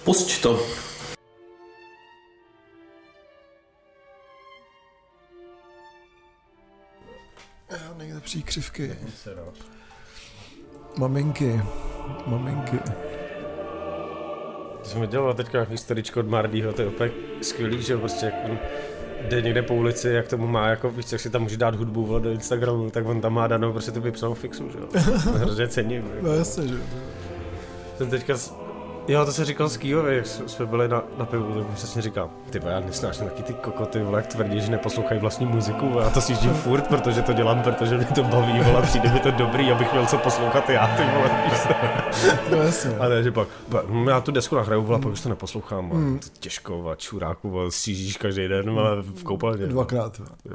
Pusť to. Nejlepší křivky. Maminky. To jsme dělali teďka historičko od Mardího, to je opět skvělý, že prostě jak on jde někde po ulici, jak tomu má, jako víš, jak si tam může dát hudbu do Instagramu, tak on tam má danou prostě tu vypsanou fixu, že jo. To hrozně cením. No jasně, že. Jsem teďka, jo, to se říkal z Kyjovy, jak jsme byli na pivu, tak přesně říkal, ty já nesnáším taky ty kokoty, vole, jak tvrdí, že neposlouchají vlastní muziku, a já to sjíždím furt, protože to dělám, protože mě to baví, vole, přijde mi to dobrý, abych měl co poslouchat já, ty vole, víš. No jasně. A ne, že pak, já tu desku nahraju, vole, pak už to neposlouchám, a to těžko, a čuráku, vole, sjíždíš každý den, ale v koupelně. Dvakrát, jo.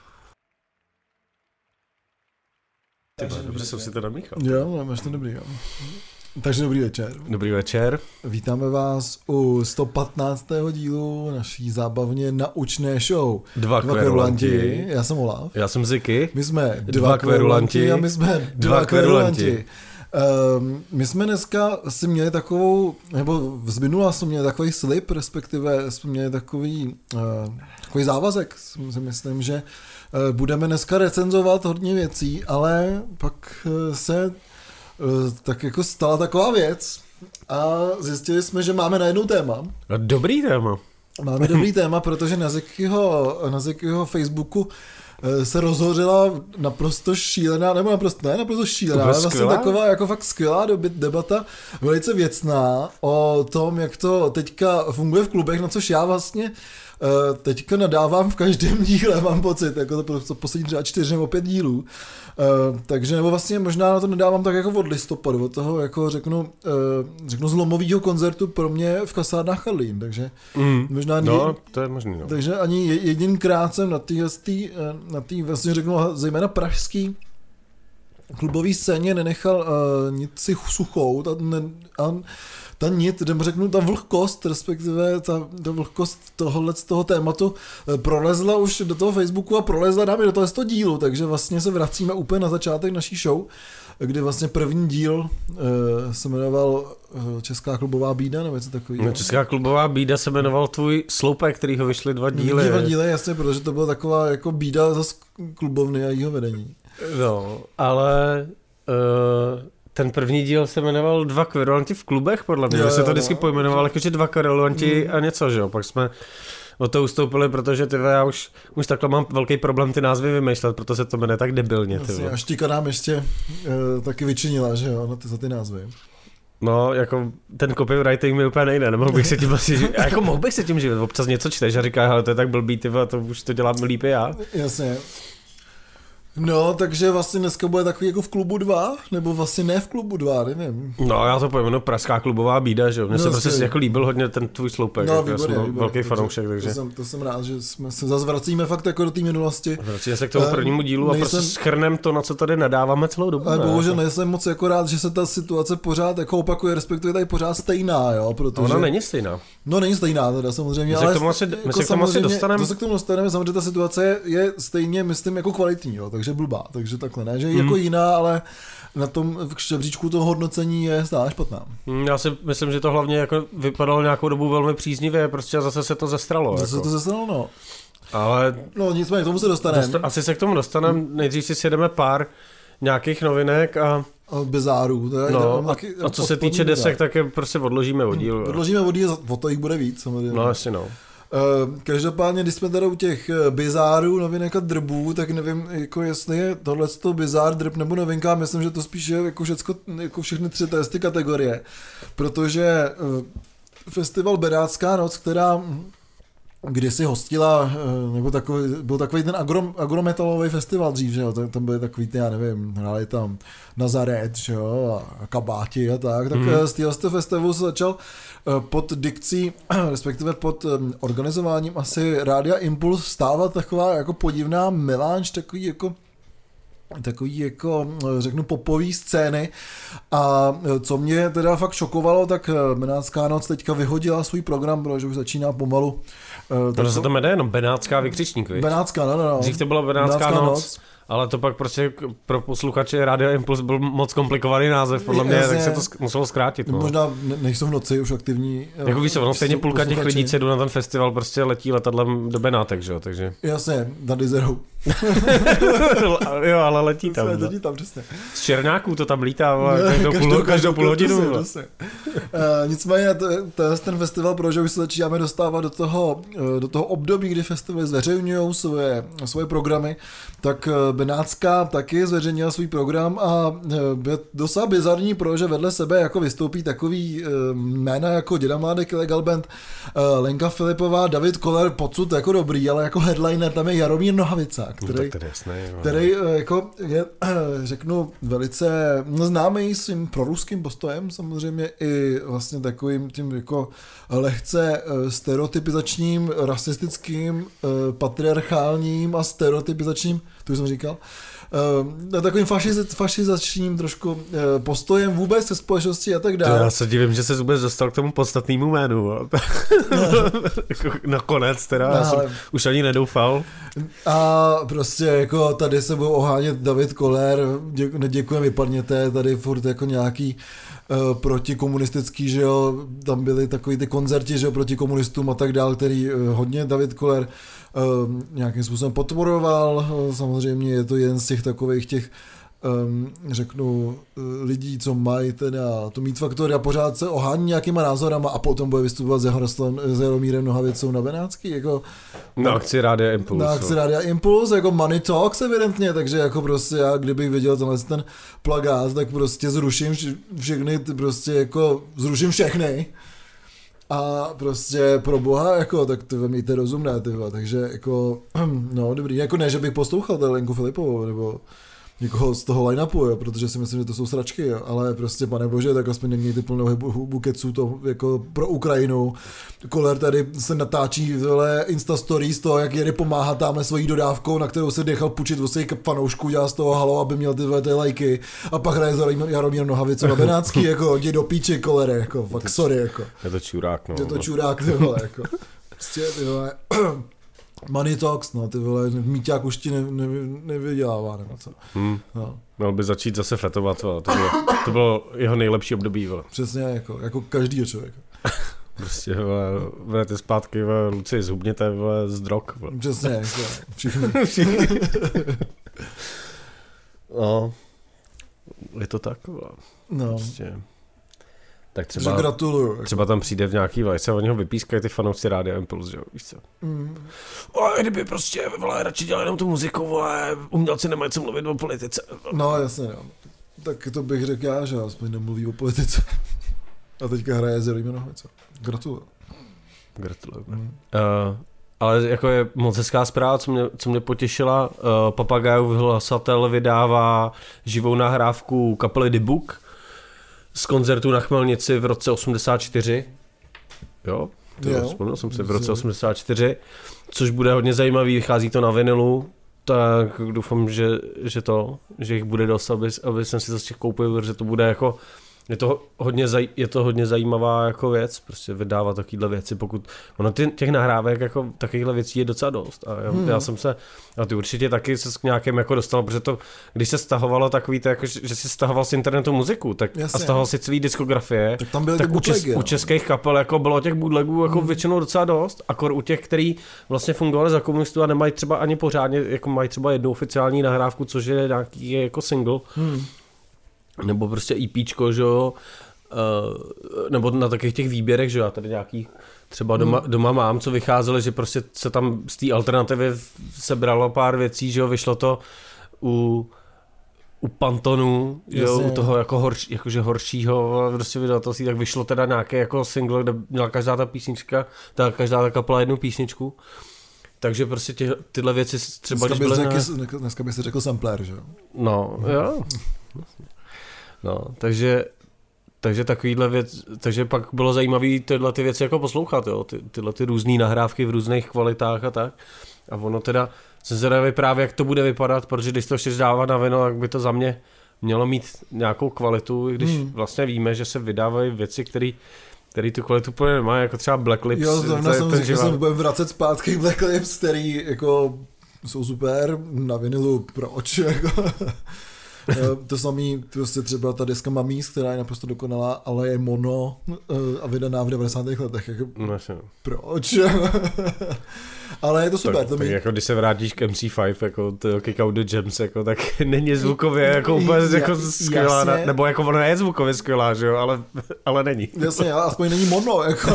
Ty vole, dobře jsem si to namíchal. Jo, máš to dobrý, jo. Takže dobrý večer. Dobrý večer. Vítáme vás u 115. dílu naší zábavně naučné show. Dva kverulanti. Já jsem Olaf. Já jsem Ziky. My jsme dva kverulanti a my jsme dva kverulanti. My jsme dneska si měli takovou, nebo z minula jsme měli takový slib, respektive jsme měli takový závazek. Si myslím, že budeme dneska recenzovat hodně věcí, ale pak se tak jako stala taková věc a zjistili jsme, že máme najednou téma. Dobrý téma. Máme dobrý téma, protože na Zikyho Facebooku se rozhořela naprosto šílená, nebo naprosto šílená, ale vlastně taková jako fakt skvělá debata, velice věcná o tom, jak to teďka funguje v klubech, na což já vlastně teďka nadávám v každém díle, mám pocit, jako to poslední třeba 4 nebo 5 dílů. Takže nebo vlastně možná na to nedávám tak jako od listopadu, od toho jako řeknu zlomovýho koncertu pro mě v kasárnách Karlín, takže možná to je možný, no. Takže ani jedinkrát jsem na té vlastně řeknu zejména pražský klubový scéně nenechal nic si suchou ta nit, řeknu, ta vlhkost, respektive ta vlhkost z toho tématu prolezla už do toho Facebooku a prolezla nám i do toho dílu, takže vlastně se vracíme úplně na začátek naší show, kdy vlastně první díl se jmenoval Česká klubová bída, nebo něco takového. No, Česká klubová bída se jmenoval tvůj sloupek, kterýho vyšly 2 díly. 2 díly, jasně, protože to byla taková jako bída zase klubovny a jeho vedení. No, ale ten první díl se jmenoval Dva kverulanti v klubech, podle mě. Se to vždycky pojmenoval jakože Dva kverulanti a něco, že jo. Pak jsme od toho ustoupili, protože já už takhle mám velký problém ty názvy vymýšlet, proto se to jmenuje tak debilně. A Štíka nám ještě taky vyčinila, že jo, za ty názvy. No, jako ten copywriting mi úplně nejde, nemohl bych se tím mohl bych se tím živit, občas něco čteš a říká, hele, to je tak blbý, to už to dělám líp já. Jasně. No, takže vlastně dneska bude takový jako v klubu 2, nebo vlastně ne v klubu 2, nevím. No, já to pojmenuji Pražská klubová bída, že jo. Mně se prostě jako líbil hodně ten tvůj sloupek, no, já jsem velký fanoušek, takže. To jsem rád, že jsme se zase vracíme fakt jako do té minulosti. Vracíme se k tomu prvnímu dílu a prostě shrneme to, na co tady nadáváme celou dobu. Ale bohužel nejsem moc jako rád, že se ta situace pořád jako opakuje, respektive tady pořád stejná, jo, protože. Ona není stejná. No, není stejná teda samozřejmě, ale my se k tomu asi dostaneme. To se k tomu dostaneme, samozřejmě ta situace je stejně, myslím, jako kvalitní, jo, takže blbá, takže takhle ne, že je jako jiná, ale na tom v žebříčku toho hodnocení je stále špatná. Já si myslím, že to hlavně jako vypadalo nějakou dobu velmi příznivě, prostě zase se to zestralo. Zase to zestralo, no. Ale no nicméně, k tomu se dostaneme. Asi se k tomu dostaneme, nejdřív si sjedeme pár nějakých novinek a bizárů. A co se týče desek, tak je prostě odložíme o díl. Odložíme o díl, o to jich bude víc samozřejmě. No asi no. Každopádně, když jsme tady u těch bizárů, novinek a drbů, tak nevím, jako jestli je tohleto bizár, drb nebo novinka, myslím, že to spíš je jako všechny 3 ty kategorie, protože festival Benátská noc, která kdysi hostila, nebo byl takový ten agrometalový festival dřív, že jo, tam byly takový ty, já nevím, hráli tam Nazaret, že jo, a Kabáti a tak z téhoste festivalu se začal pod dikcí, respektive pod organizováním asi Rádia Impuls stávat taková jako podivná melanž, takový jako, řeknu, popový scény a co mě teda fakt šokovalo, tak Benátská noc teďka vyhodila svůj program, protože už začíná pomalu. To se to jmenuje jenom Benátská vykřičník, víš? Benátská, no. Dřív to byla Benátská noc Ale to pak prostě pro posluchače Radio Impuls byl moc komplikovaný název, podle mě, tak se to muselo zkrátit. No. Možná nejsou v noci už aktivní. Jako víš, ono stejně půlka těch lidí, co jdu na ten festival, prostě letí letadlem do Benátek, že jo, takže. Jasně, nad Izerou. Jo, ale letí tam. Letí tam, přesně. Z Černáků to tam lítá, každou půl hodinu. Nicméně ten festival, protože už se začínáme dostávat do toho období, kdy festivaly zveřejňují svoje programy, tak Benátská taky zveřejnila svůj program a je docela bizarní, protože vedle sebe jako vystoupí takový jména jako Děda Mládek, Illegal Band, Lenka Filipová, David Koller, pocud jako dobrý, ale jako headliner tam je Jaromír Nohavica, který jako je, řeknu, velice známý svým proruským postojem, samozřejmě i vlastně takovým tím jako lehce stereotypizačním, rasistickým, patriarchálním a stereotypizačním, to jsem říkal, takovým fašizačním trošku postojem vůbec se společnosti a tak dále. Já se divím, že se vůbec dostal k tomu podstatnému jménu. Nakonec teda, já jsem už ani nedoufal. A prostě jako tady se budou ohánět David Koller, neděkujem, vypadněte, tady furt jako nějaký protikomunistický, že jo, tam byly takový ty koncerti, že jo, proti komunistům a tak dál, který hodně David Koller nějakým způsobem podporoval, samozřejmě je to jeden z těch takových těch řeknu lidí, co mají teda tu Meat Factory a pořád se ohání nějakýma názorama a potom bude vystupovat s Jaromírem Nohavicou na Benátský, jako na akci Rádia Impuls. Na akci Rádia Impuls, jako Money Talks evidentně, takže jako prostě já, kdybych viděl ten plagát, tak prostě zruším všechny, prostě jako zruším všechny. A prostě pro boha, jako, tak to mějte rozumné, tyva, takže jako, no dobrý, jako ne, že bych poslouchal tady Lenku Filipovou, nebo někoho z toho line-upu, jo, protože si myslím, že to jsou sračky, jo, ale prostě pane bože, tak aspoň nemějte plnou hubu keců to jako pro Ukrajinu. Koller tady se natáčí Insta stories z toho, jak jede pomáhat tamhle svojí dodávkou, na kterou se nechal půjčit od svých fanoušků, dělá z toho halo, aby měl ty lajky a pak hraje za Jaromír Nohavicu na Benátský, jako jdi do píči, Kollere, jako fakt sorry, jako. Je to čurák, no. Je to čurák, ty vole, jako. Prostě, ty vole. Money Talks, no, ty vole, Míťák už ti nevydělává, nebo co. No. Měl by začít zase fetovat, to bylo jeho nejlepší období, vole. Přesně, jako každýho člověka. Prostě, vrátě zpátky, Luci, zhubněte, z drog, vole. Přesně, jako, všichni. No, je to tak, vole. No. Prostě. Tak třeba tam přijde v nějaký vajce a oni ho vypískají ty fanoušci Rádia Impuls, že jo, víš co? A kdyby prostě, vole, radši dělali jenom tu muziku, vole, umělci nemají co mluvit o politice. No jasně, jo. Tak to bych řekl já, že aspoň nemluví o politice. A teďka hraje s Jaromírem Nohavicou. Gratuluju. Ale jako je moc hezká zpráva, co mě potěšila, Papagajův hlasatel vydává živou nahrávku kapely The Book z koncertu na Chmelnici v roce 84. Jo, vzpomněl jsem si v roce 84, což bude hodně zajímavý, vychází to na vinilu, tak doufám, že jich bude dost, aby jsem si to koupil, protože to bude jako, je to hodně zajímavá jako věc, prostě vydávat takovýhle věci, pokud ono těch nahrávek jako takovýchhle věcí je docela dost a já jsem se, a ty určitě taky se s nějakým jako dostal, protože to, když se stahovalo takový to, jako, že si stahoval z internetu muziku, tak a stahoval si celý diskografie, tak u českých kapel jako bylo těch bootlegů jako většinou docela dost, akor u těch, který vlastně fungovali za komunistů a nemají třeba ani pořádně, jako mají třeba jednu oficiální nahrávku, což je nějaký jako single, nebo prostě EPčko, že jo, nebo na takových těch výběrech, že jo, já tady nějaký třeba doma mám, co vycházely, že prostě se tam z té alternativy sebralo pár věcí, že jo, vyšlo to u Pantonu, jo, u toho jako jakože horšího prostě vydavatelství, tak vyšlo teda nějaké jako single, kde měla každá ta písnička, každá ta kapela jednu písničku. Takže prostě tyhle věci třeba... Dneska bych si řekl sampler, že jo? No, jo. No, takže takovýhle věc, takže pak bylo zajímavé tyhle ty věci jako poslouchat, jo, tyhle ty různý nahrávky v různých kvalitách a tak. A ono teda, jsem zvědavý právě, jak to bude vypadat, protože když to chceš dávat na vino, tak by to za mě mělo mít nějakou kvalitu, když vlastně víme, že se vydávají věci, který tu kvalitu úplně nemají, jako třeba Black Lips. Jo, zrovna jsem říkal, že se budeme vracet zpátky Black Lips, který jako jsou super, na vinilu proč, jako. To samý, prostě třeba ta deska Mummies, která je naprosto dokonalá, ale je mono a vydaná v 90. letech. Jako, proč? Ale je to super. Tak jako když se vrátíš k MC5, jako to Kick Out the Gems, jako, tak není zvukově jako úplně jako skvělá, nebo jako ona je zvukově skvělá, že jo, ale není. Jasně, ale aspoň není mono, jako.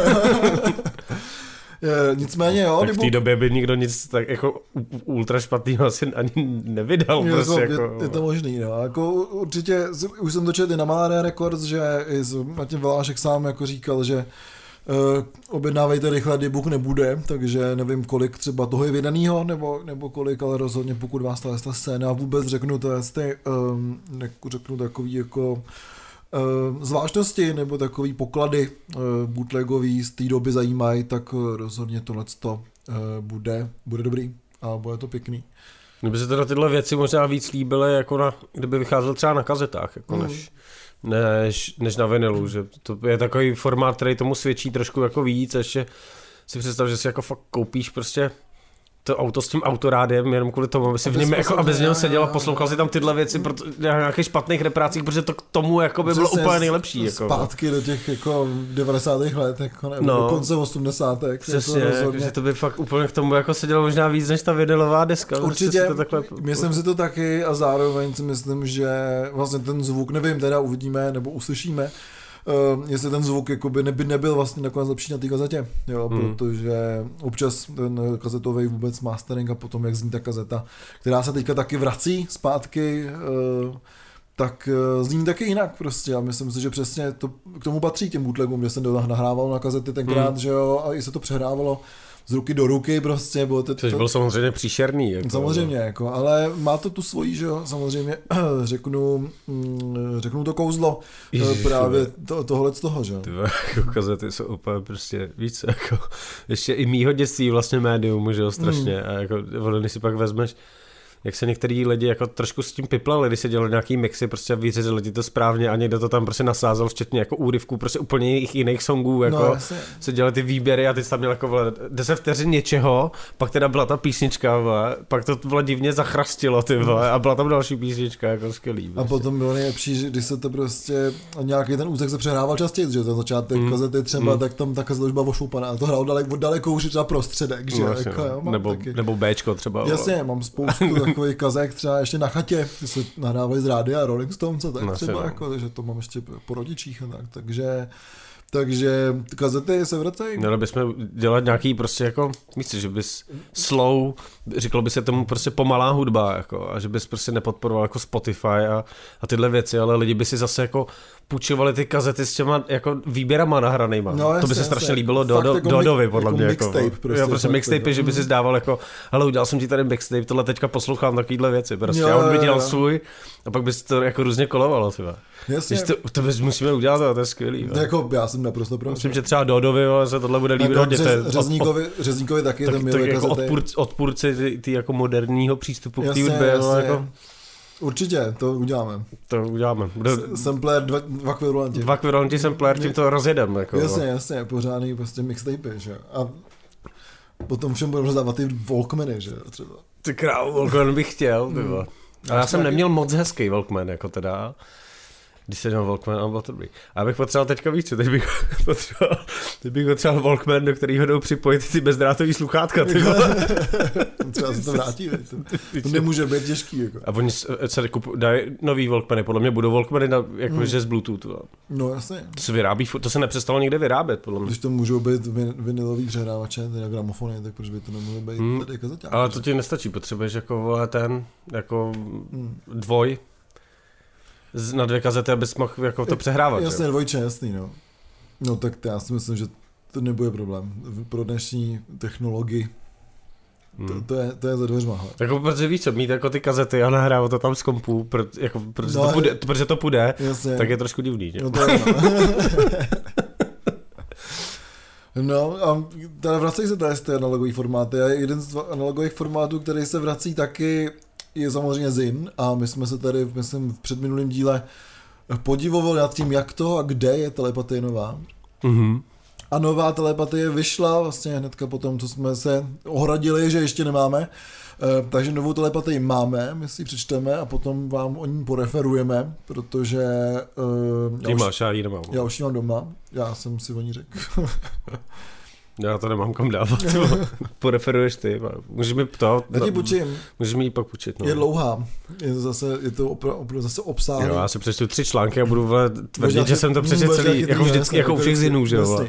Nicméně jo. Tak v té době by nikdo nic tak jako ultra špatného asi ani nevydal. Prostě je to možný, no. Jako určitě, už jsem to četl i na Malé Records, že Martin Velášek sám jako říkal, že objednávejte rychle, kdy Bůh nebude, takže nevím, kolik třeba toho je vydanýho, nebo kolik, ale rozhodně pokud vás ta scéna vůbec řeknu, to je řeknu takový jako zvláštnosti nebo takový poklady bootlegový z té doby zajímají, tak rozhodně tohleto bude dobrý a bude to pěkný. Kdyby se teda tyhle věci možná víc líbily, jako kdyby vycházel třeba na kazetách, jako než na vinilu, že to je takový formát, který tomu svědčí trošku jako víc, ještě si představ, že si jako fakt koupíš prostě to auto s tím autorádiem, jenom kvůli tomu, aby si v něm jako, aby z něho seděl a poslouchal si tam tyhle věci na nějakých špatných repracích, protože to k tomu jako by bylo úplně nejlepší. Jako. Zpátky do těch jako 90. let, jako, nebo do konce 80. Přesně, že to by fakt úplně k tomu jako sedělo možná víc než ta vinylová deska. Určitě, myslím si to taky a zároveň si myslím, že vlastně ten zvuk, nevím, teda uvidíme nebo uslyšíme, jestli ten zvuk jakoby by nebyl vlastně nakonec lepší na té kazetě, jo, protože občas ten kazetový vůbec mastering a potom jak zní ta kazeta, která se teďka taky vrací zpátky, tak zní taky jinak prostě a myslím si, že přesně to k tomu patří těm bootlegům, že jsem to nahrával na kazety tenkrát, že jo, a i se to přehrávalo z ruky do ruky prostě. Což byl samozřejmě příšerný. Jako, samozřejmě, jako, ale má to tu svojí, že jo, samozřejmě řeknu to kouzlo právě tohle z toho, že jo. Ty jako kazety jsou úplně prostě víc, jako ještě i mýho dětství vlastně médium, že jo, strašně a jako, když si pak vezmeš, jak se některý lidi jako trošku s tím piplali, když se dělali nějaký mixy, prostě vyřezali ti to správně a někdo to tam prostě nasázel, včetně jako úryvků, prostě úplně jiných songů, jako se dělali ty výběry a ty jsi tam měl jako 10 vteřin něčeho, pak teda byla ta písnička, pak to divně zachrastilo, ty vole, a byla tam další písnička, jako skvělý. Prostě. A potom bylo nejlepší, že když se to prostě, nějaký ten úsek se přehrával častěji, že to začátek kazety třeba, tak tam ta kazeta už byla ošoupaná a to hrál daleko už třeba prostředek, že jako, jo, nebo Bčko třeba. Jasně, mám spoustu takový kazek třeba ještě na chatě, kdy se nahrávali z rádia Rolling Stones a tak no, třeba, jako, že to mám ještě po rodičích a tak, takže kazety se vracejí. Měli bychom dělat nějaký prostě jako, myslíš, že bys slow, říkalo by se tomu prostě pomalá hudba, jako, a že bys prostě nepodporoval jako Spotify a tyhle věci, ale lidi by si zase jako půjčovali ty kazety s těma jako výběrama nahranýma. No, to by se strašně líbilo Dodovi, podle mě. Jako prostě mixtape, že by si zdával jako, hele, udělal jsem ti tady mixtape, tohle teďka poslouchám takovýhle věci. Prostě já on by dělal svůj a pak bys to jako různě kolovalo. To bys musíme udělat, to je skvělý. Jako, já jsem naprosto pro. Myslím, že třeba Dodovi se tohle bude líbit hodně. Řezníkovi taky tak jako odpůrci ty jako moderního přístupu k té hudbě. Určitě, to uděláme. Sampler, dva kvirulanti. Dva kvirulanti sampler, tím to rozjedem. Jako. Jasně, pořádný prostě mixtape, že? A potom všem budeme rozdávat ty Walkmany, že třeba. Ty krávo, Walkman bych chtěl, tyvo. Ale já jsem neměl moc hezký Walkman, jako teda. Když se dělal Walkman a bylo to dobrý. A abych potřeboval teďka víc, teď bych potřeboval Walkman, do kterého jdou připojit ty bezdrátový sluchátka. Třeba se to vrátí, to nemůže být těžký. Jako. A oni se dají nový Walkmany, podle mě budou Walkmany jakože z Bluetoothu. No jasně. To se vyrábí, to se nepřestalo nikde vyrábět, podle mě. Když to můžou být vinylový přehrávače, teda gramofony, tak proč by to nemohlo být tady kazeťák? Ale to ti nestačí, potřebuješ jako ten, jako dvoj, na 2 kazety, abys mohl jako to přehrávat. Jasně, dvojče, jasný, no. No tak já si myslím, že to nebude problém. Pro dnešní technologii to je za dveřma. Jako, protože víš co, mít jako ty kazety a nahrávat to tam z kompu, protože to půjde, tak je trošku divný. Že? No to je, no a teda vracejí se tady z té analogové formáty a jeden z analogových formátů, který se vrací taky, je samozřejmě Zin a my jsme se tady, myslím, v předminulém díle podivovali nad tím, jak to a kde je telepatie nová. Mm-hmm. A nová telepatie vyšla vlastně hnedka po tom, co jsme se ohradili, že ještě nemáme. Takže novou telepatii máme, my si ji přečteme a potom vám o ní poreferujeme, protože... Ty máš, já ji nemám. Já už ji mám doma, já jsem si o ní řekl. Já to nemám kam dávat. Poreferuješ ty. Můžeš mi to... Já ti půjčím. Můžeš mi ji pak půjčit. No. Je dlouhá. Je to opravdu zase obsáhlý. Jo, já si přečtu 3 články a budu tvrdit, že jsem to přečetl celý. Jako vždycky, jako u všech zinů, že jo.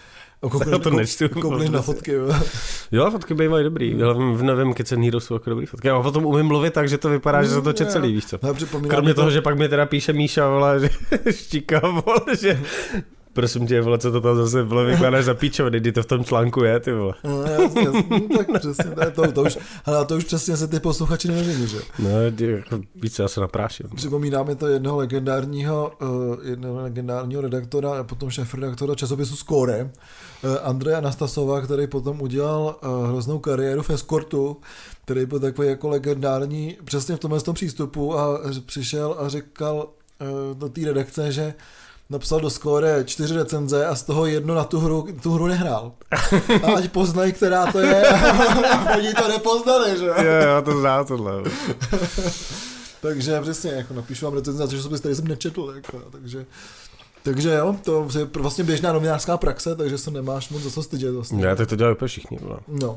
Koukneš na fotky, jo. Jo, fotky bývají dobrý. V novém Kids and Heroes jsou jako dobrý fotky. Já o tom umím mluvit tak, že to vypadá, že se to čet celý, víš co. Kromě toho, že pak mi teda píše Míša, vole, že štíká, vole, že... Prosím tě, vole, co to tam zase vole vykládáš za píčoviny, kdy to v tom článku je, ty vole. No, jasně, tak přesně, to už přesně se ty posluchači nevědí, že? No, jako víc já se napráším. Připomínáme to jednoho legendárního redaktora a potom šéfredaktora časopisu Score, Andreje Anastasova, který potom udělal hroznou kariéru v eskortu, který byl takový jako legendární přesně v tomhle přístupu a přišel a říkal do té redakce, že napsal do Score 4 recenze a z toho jedno na tu hru nehrál. A ať poznají, která to je. A oni to nepoznali, že jo? Já to znám tohle. Takže přesně, jako napíšu vám recenze, což který jsem nečetl. Jako, takže jo, to je vlastně běžná novinářská praxe, takže se nemáš moc za co stydět. Vlastně. Já tak to dělají úplně všichni. No.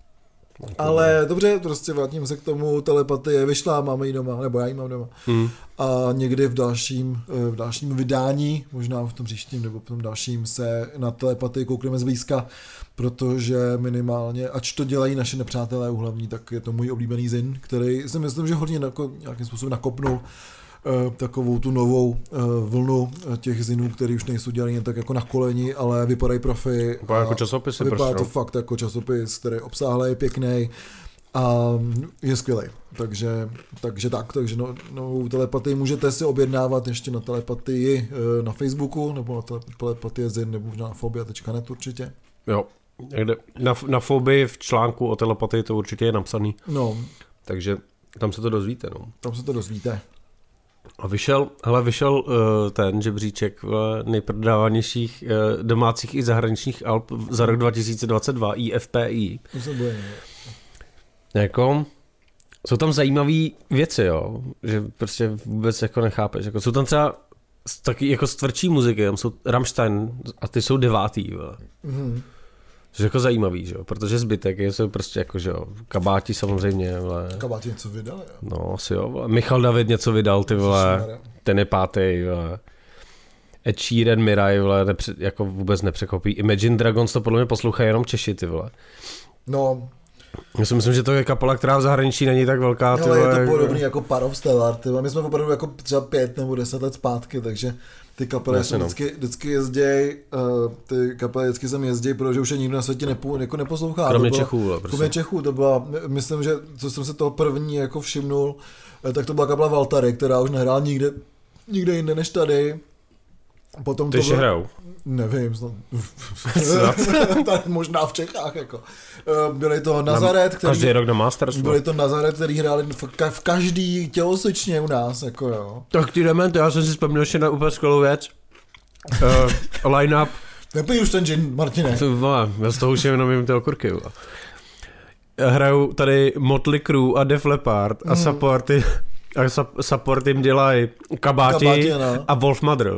Ale dobře, prostě vrátím se k tomu, telepatie vyšla, máme ji doma, nebo já ji mám doma. A někdy v dalším vydání, možná v tom příštím nebo v tom dalším, se na telepatii koukneme zblízka, protože minimálně, ač to dělají naše nepřátelé hlavní, tak je to můj oblíbený zin, který si myslím, že hodně nějakým způsobem nakopnul takovou tu novou vlnu těch zinů, který už nejsou dělaný jen tak jako na koleni, ale vypadají profi. Jako časopisy. Vypadá to fakt jako časopis, který je obsáhlý, pěkný a je skvělý. Takže novou telepatii můžete si objednávat ještě na telepatii na Facebooku, nebo na telepatie zin, nebo možná na fobia.net určitě. Jo, na Fobii v článku o telepatii to určitě je napsaný. No. Takže tam se to dozvíte, no. Tam se to dozvíte. A vyšel ten žebříček nejprodávanějších domácích i zahraničních alb za rok 2022, IFPI. To se bojím. Jako, jsou tam zajímavé věci, jo, že prostě vůbec jako nechápeš. Jako, jsou tam třeba taky jako z tvrdší muziky, tam jsou Rammstein a ty jsou 9. Mm-hmm. Což je jako zajímavý, že jo, protože zbytek je prostě jako, že jo, Kabáti samozřejmě, vole. Kabáti něco vydal, jo? No, asi jo, vole. Michal David něco vydal, ty vole, ten je 5. vole. Ed Sheeran, Mirai, vole, jako vůbec nepřekopí. Imagine Dragons to podle mě poslouchají jenom Češi, ty vole. No. Já si myslím, že to je kapela, která v zahraničí není tak velká, ty vole. Ale je to podobný jako Parov Stellar, ty vole. My jsme opravdu jako třeba 5 nebo 10 let zpátky, takže ty kapely vždycky jezdějí, ty kapely vždycky sem jezdí, protože už je nikdo na světě jako neposlouchá. Kromě Čechů, Kromě Čechů, to byla, myslím, že co jsem se toho první jako všimnul, tak to byla kapela Valtary, která už nehrál nikde jinde než tady. Potom to ještě hrajou? Nevím, možná v Čechách, jako. Byli to Nazaret, každý rok na Masters. Byli to Nazaret, který hráli v každý tělocvičně u nás, jako jo. Tak ty dement, já jsem si vzpomněl ještě na úplně skvělou věc. Line-up. Nepij už ten gin, Martine. Já z toho už jenom jim ty okurky. Hrajou tady Motley Crue a Def Leppard a supporty. A support jim dělají Kabáti a Wolfmother.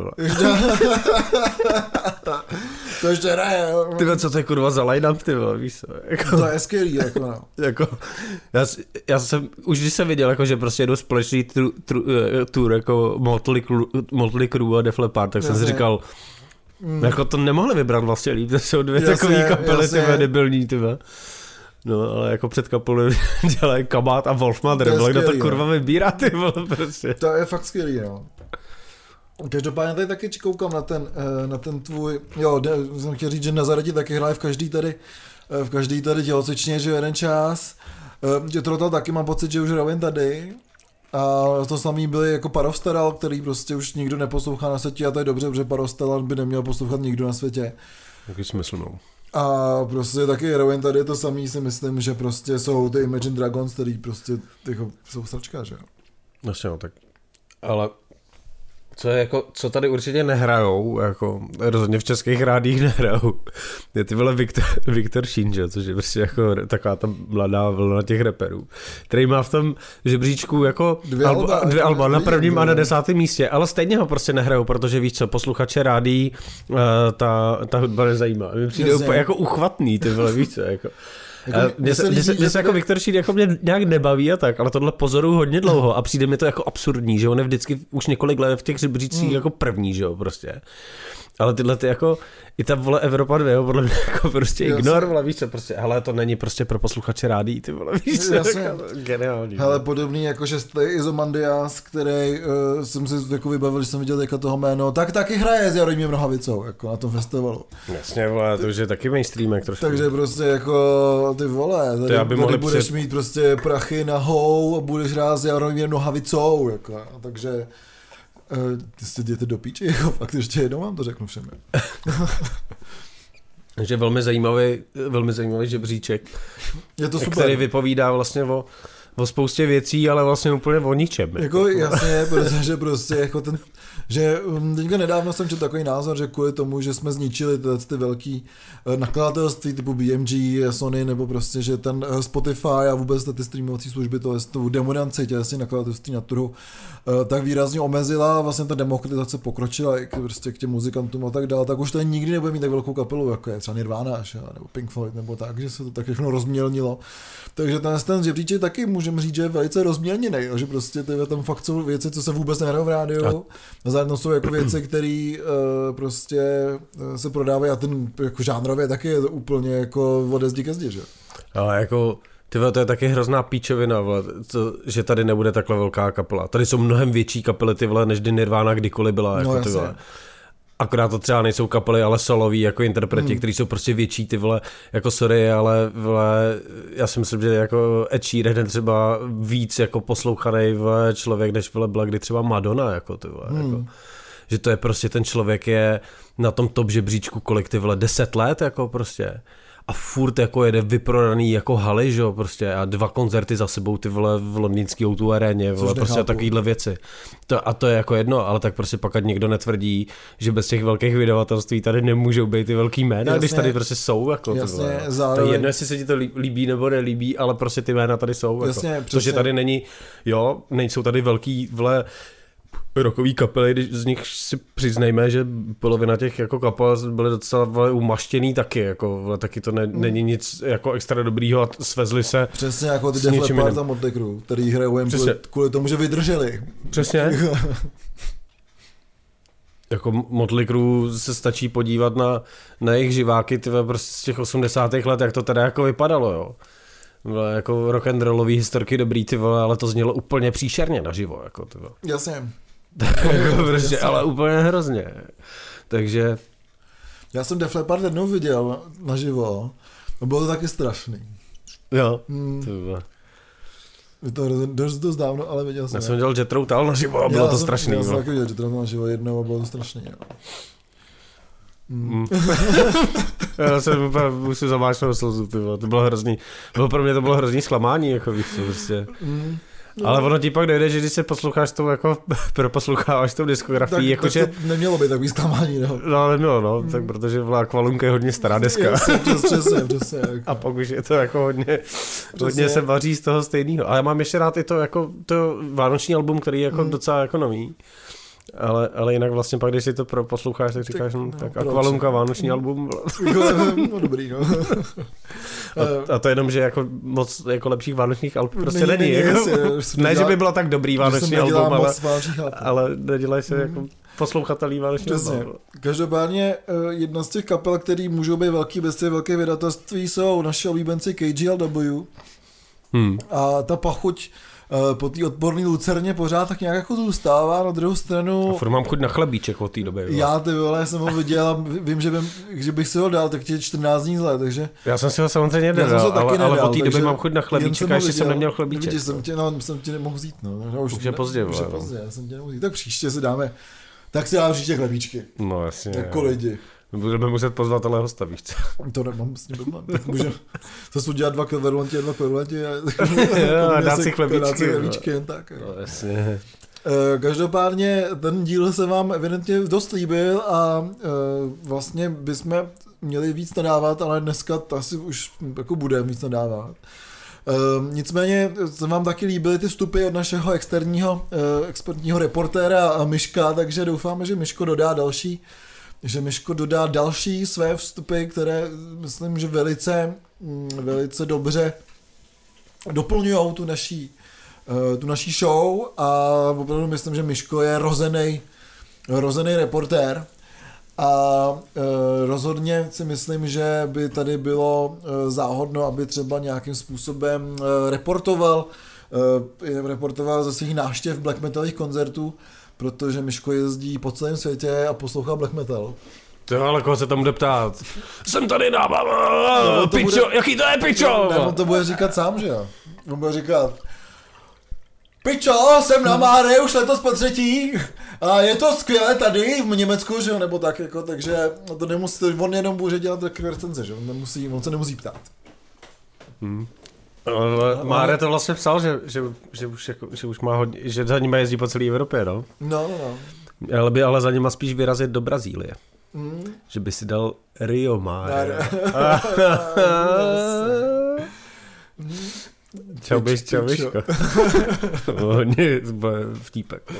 To ještě hraje. Tyhle, co to je kurva za line-up, ty vole, víš co? Jako, to je skvělý, jako no. Jako, já jsem, už když jsem viděl, jako, že prostě jedou společný tour jako Motley Crue a Def Leppard, tak jsem si říkal, jako to nemohli vybrat vlastně líp, to jsou dvě takové kapely, tyhle debilní, tyhle. No, ale jako před kapelou dělají Kabát a Wolfmother, kdo to kurva vybírá, ty vole, prostě. To je fakt skvělý, no. Každopádně tady taky koukám na ten tvůj, jo, jsem chtěl říct, že Nazareti taky hrají v každý tady tělocvičně, že jeden čas, že Trotal taky mám pocit, že už hrajou jen tady. A to samý byly jako Parovsteral, který prostě už nikdo neposlouchá na světě a to je dobře, protože Parovsteral by neměl poslouchat nikdo na světě. Jaký smysl, no. A prostě taky heroin tady je to samý, si myslím, že prostě jsou ty Imagine Dragons, který prostě jako jsou sračka, že jo. Vlastně no, tak, ale Co tady určitě nehrajou, jako rozhodně v českých rádích nehrajou, je ty vole Viktor Šín, což je prostě jako taková ta mladá vlna těch raperů, který má v tom žebříčku jako dvě alba na prvním a na 10. místě, ale stejně ho prostě nehrajou, protože víš co, posluchače rádí ta hudba nezajímá. Mně přijde úplně jako uchvatný, ty vole, víš co, jako. Mně se jako Viktor Šín jako mě nějak nebaví a tak, ale tohle pozoruju hodně dlouho a přijde mi to jako absurdní, že on je vždycky už několik let v těch žebřících jako první, že jo, prostě. Ale tyhle ty jako, i ta vole Evropa 2, jo, podle mě jako prostě ignorovala, víš co, prostě, hele, to není prostě pro posluchače rádií, ty vole, víš co, jako, geniální. Hele, podobný jako, že jste Izomandias, který jsem si jako vybavil, že jsem viděl teďka toho jméno, tak taky hraje s Jaromírem Nohavicou, jako na tom festivalu. Jasně, vole, to už je taky mainstreamek trošku. Takže prostě jako, ty vole, tady budeš mít prostě prachy na hou a budeš hrát s Jaromírem Nohavicou, jako, takže... Ty jste jděte do píči, jako fakt ještě jednou vám to řeknu všem. Takže velmi zajímavý žebříček, je to super. Který vypovídá vlastně o spoustě věcí, ale vlastně úplně o ničem. Jako jasně, protože prostě jako ten, že teďka nedávno jsem četl takový názor, že kvůli tomu, že jsme zničili ty velký nakladatelství typu BMG, Sony, nebo prostě, že ten Spotify a vůbec ty streamovací služby, tu demonanci těch nakladatelství na trhu, tak výrazně omezila a vlastně ta demokratizace pokročila i prostě k těm muzikantům a tak dále, tak už to nikdy nebude mít tak velkou kapelu, jako je třeba Nirvana, nebo Pink Floyd, nebo tak, že se to tak všechno rozmělnilo. Takže ten žebříček taky můžeme říct, že je velice rozmělněný, že prostě tam fakt jsou věci, co se vůbec nehrajou v rádiu, a zároveň jsou jako věci, které prostě se prodávají a ten jako žánrově taky je to úplně jako ode zdi ke zdi, že? Ale jako to je taky hrozná píčovina, vole, že tady nebude takhle velká kapela. Tady jsou mnohem větší kapely, ty vole, než Nirvana kdykoliv byla, jako ty vole. Akorát to třeba nejsou kapely, ale soloví jako interpreti, kteří jsou prostě větší, ty vole, jako sorry, ale vole, já si myslím, že jako Ed Sheeran je třeba víc jako poslouchaný vole, člověk, než vole byla kdy třeba Madonna, jako ty vole, jako. Že to je prostě, ten člověk je na tom top žebříčku kolik ty vole, 10 let, jako prostě. A furt jako jede vyprodaný jako haly, že jo, prostě a 2 koncerty za sebou ty vole v londýnský O2 aréně, vole, prostě takovýhle věci. To je jako jedno, ale tak prostě pak někdo netvrdí, že bez těch velkých vydavatelství tady nemůžou být ty velký jména, když tady prostě jsou, jako jasně, ty vole. To je jedno, jestli se ti to líbí nebo nelíbí, ale prostě ty jména tady jsou, jasně, jako. Protože tady není, jo, nejsou tady velký vole rockový kapely, když z nich si přiznejme, že polovina těch jako kapel byly docela umaštěný taky, jako taky to není nic jako extra dobrýho a svezli se. Přesně jako ty Def Leppard a Motley Crue, který hrajou jen kvůli tomu, že vydrželi. Přesně. Jako Motley Crue se stačí podívat na jejich živáky tyhle prostě z těch 80. let, jak to teda jako vypadalo, jo. Jako rock'n'rollový historky dobrý, ty vole, ale to znělo úplně příšerně naživo, jako ty vole. Jasně. Jako prostě, ale úplně hrozně. Takže... Já jsem Def Leppard jednou viděl naživo a bylo to taky strašný. Jo. Je to dost dávno, ale viděl jsem. Já jsem dělal Jethro Tull naživo a bylo to strašný. Já jsem taky viděl Jethro Tull naživo jednou a bylo to strašný, jo. Já jsem musím zamáčnout slzu, ty vole, to bylo hrozný. Pro mě to bylo hrozný zklamání, jako víš co, prostě. Ale ono ti pak dojde, že když se posloucháš tou jako, proposloucháváš tou diskografii, jakože... Tak to nemělo být takový zklamání, no. No, nemělo, no, tak protože Akvalunka je hodně stará deska. Přesně. A pak už je to jako hodně se vaří z toho stejného. Ale já mám ještě rád i to jako to vánoční album, který je jako docela jako nový. Ale jinak vlastně pak, když si to posloucháš, tak říkáš, tak Akvalunka, vánoční album. No dobrý, no. A to jenom, že jako moc jako lepších vánočních album prostě není. Jako, ne, že by bylo tak dobrý vánoční album, ale nedělají se jako poslouchatelný vánoční album. Každopádně jedna z těch kapel, který můžou být velký bez těch velké vydatelství, jsou naši oblíbenci KGLW. A ta pachuť po té odporné lucerně pořád tak nějak jako zůstává, na druhou stranu... A furt mám chuť na chlebíček od té doby. Já ty vole, jsem ho viděl a vím, že bych si ho dal, tak 14 dní zle, takže... Já jsem si ho samozřejmě nedal, ale od té doby mám chuť na chlebíček a ještě jsem neměl chlebíček. Vidíš, jsem tě nemohl vzít, no. Už je pozdě, já jsem tě nemohl vzít. Tak příště si dáme, tak si dáme příště chlebíčky. No jasně. Jako lidi. Budeme muset pozvat ale hosta, víš co? To nemám s ním doma. Tak můžeme zase udělat 2 kverulanti a 2 kverulanti a dát si chlebíčky. Tak, no jasně. Každopádně ten díl se vám evidentně dost líbil a vlastně bychom měli víc nadávat, ale dneska to asi už jako bude víc nadávat. Nicméně se vám taky líbily ty vstupy od našeho expertního reportéra Miška, takže doufáme, že Miško dodá další své vstupy, které myslím, že velice dobře doplňují tu naší show a opravdu myslím, že Miško je rozený reportér a rozhodně si myslím, že by tady bylo záhodno, aby třeba nějakým způsobem reportoval ze svých návštěv black metalových koncertů, protože Miško jezdí po celém světě a poslouchá black metal. To ale koho se tam bude ptát? Jsem tady dávám, pičo, jaký to je pičo? Ne, on to bude říkat sám, že jo? On bude říkat, pičo, jsem na Máre už letos po třetí a je to skvělé tady v Německu, že jo, nebo tak jako, takže to nemusí, on jenom může dělat takové recenze, že on se nemusí ptát. Ale Máre to vlastně psal, že už má hodně, že za nima jezdí po celé Evropě, no. No. Ale za nima spíš vyrazit do Brazílie. Že by si dal Rio Máre. Čau Biško. Hodně vtípek.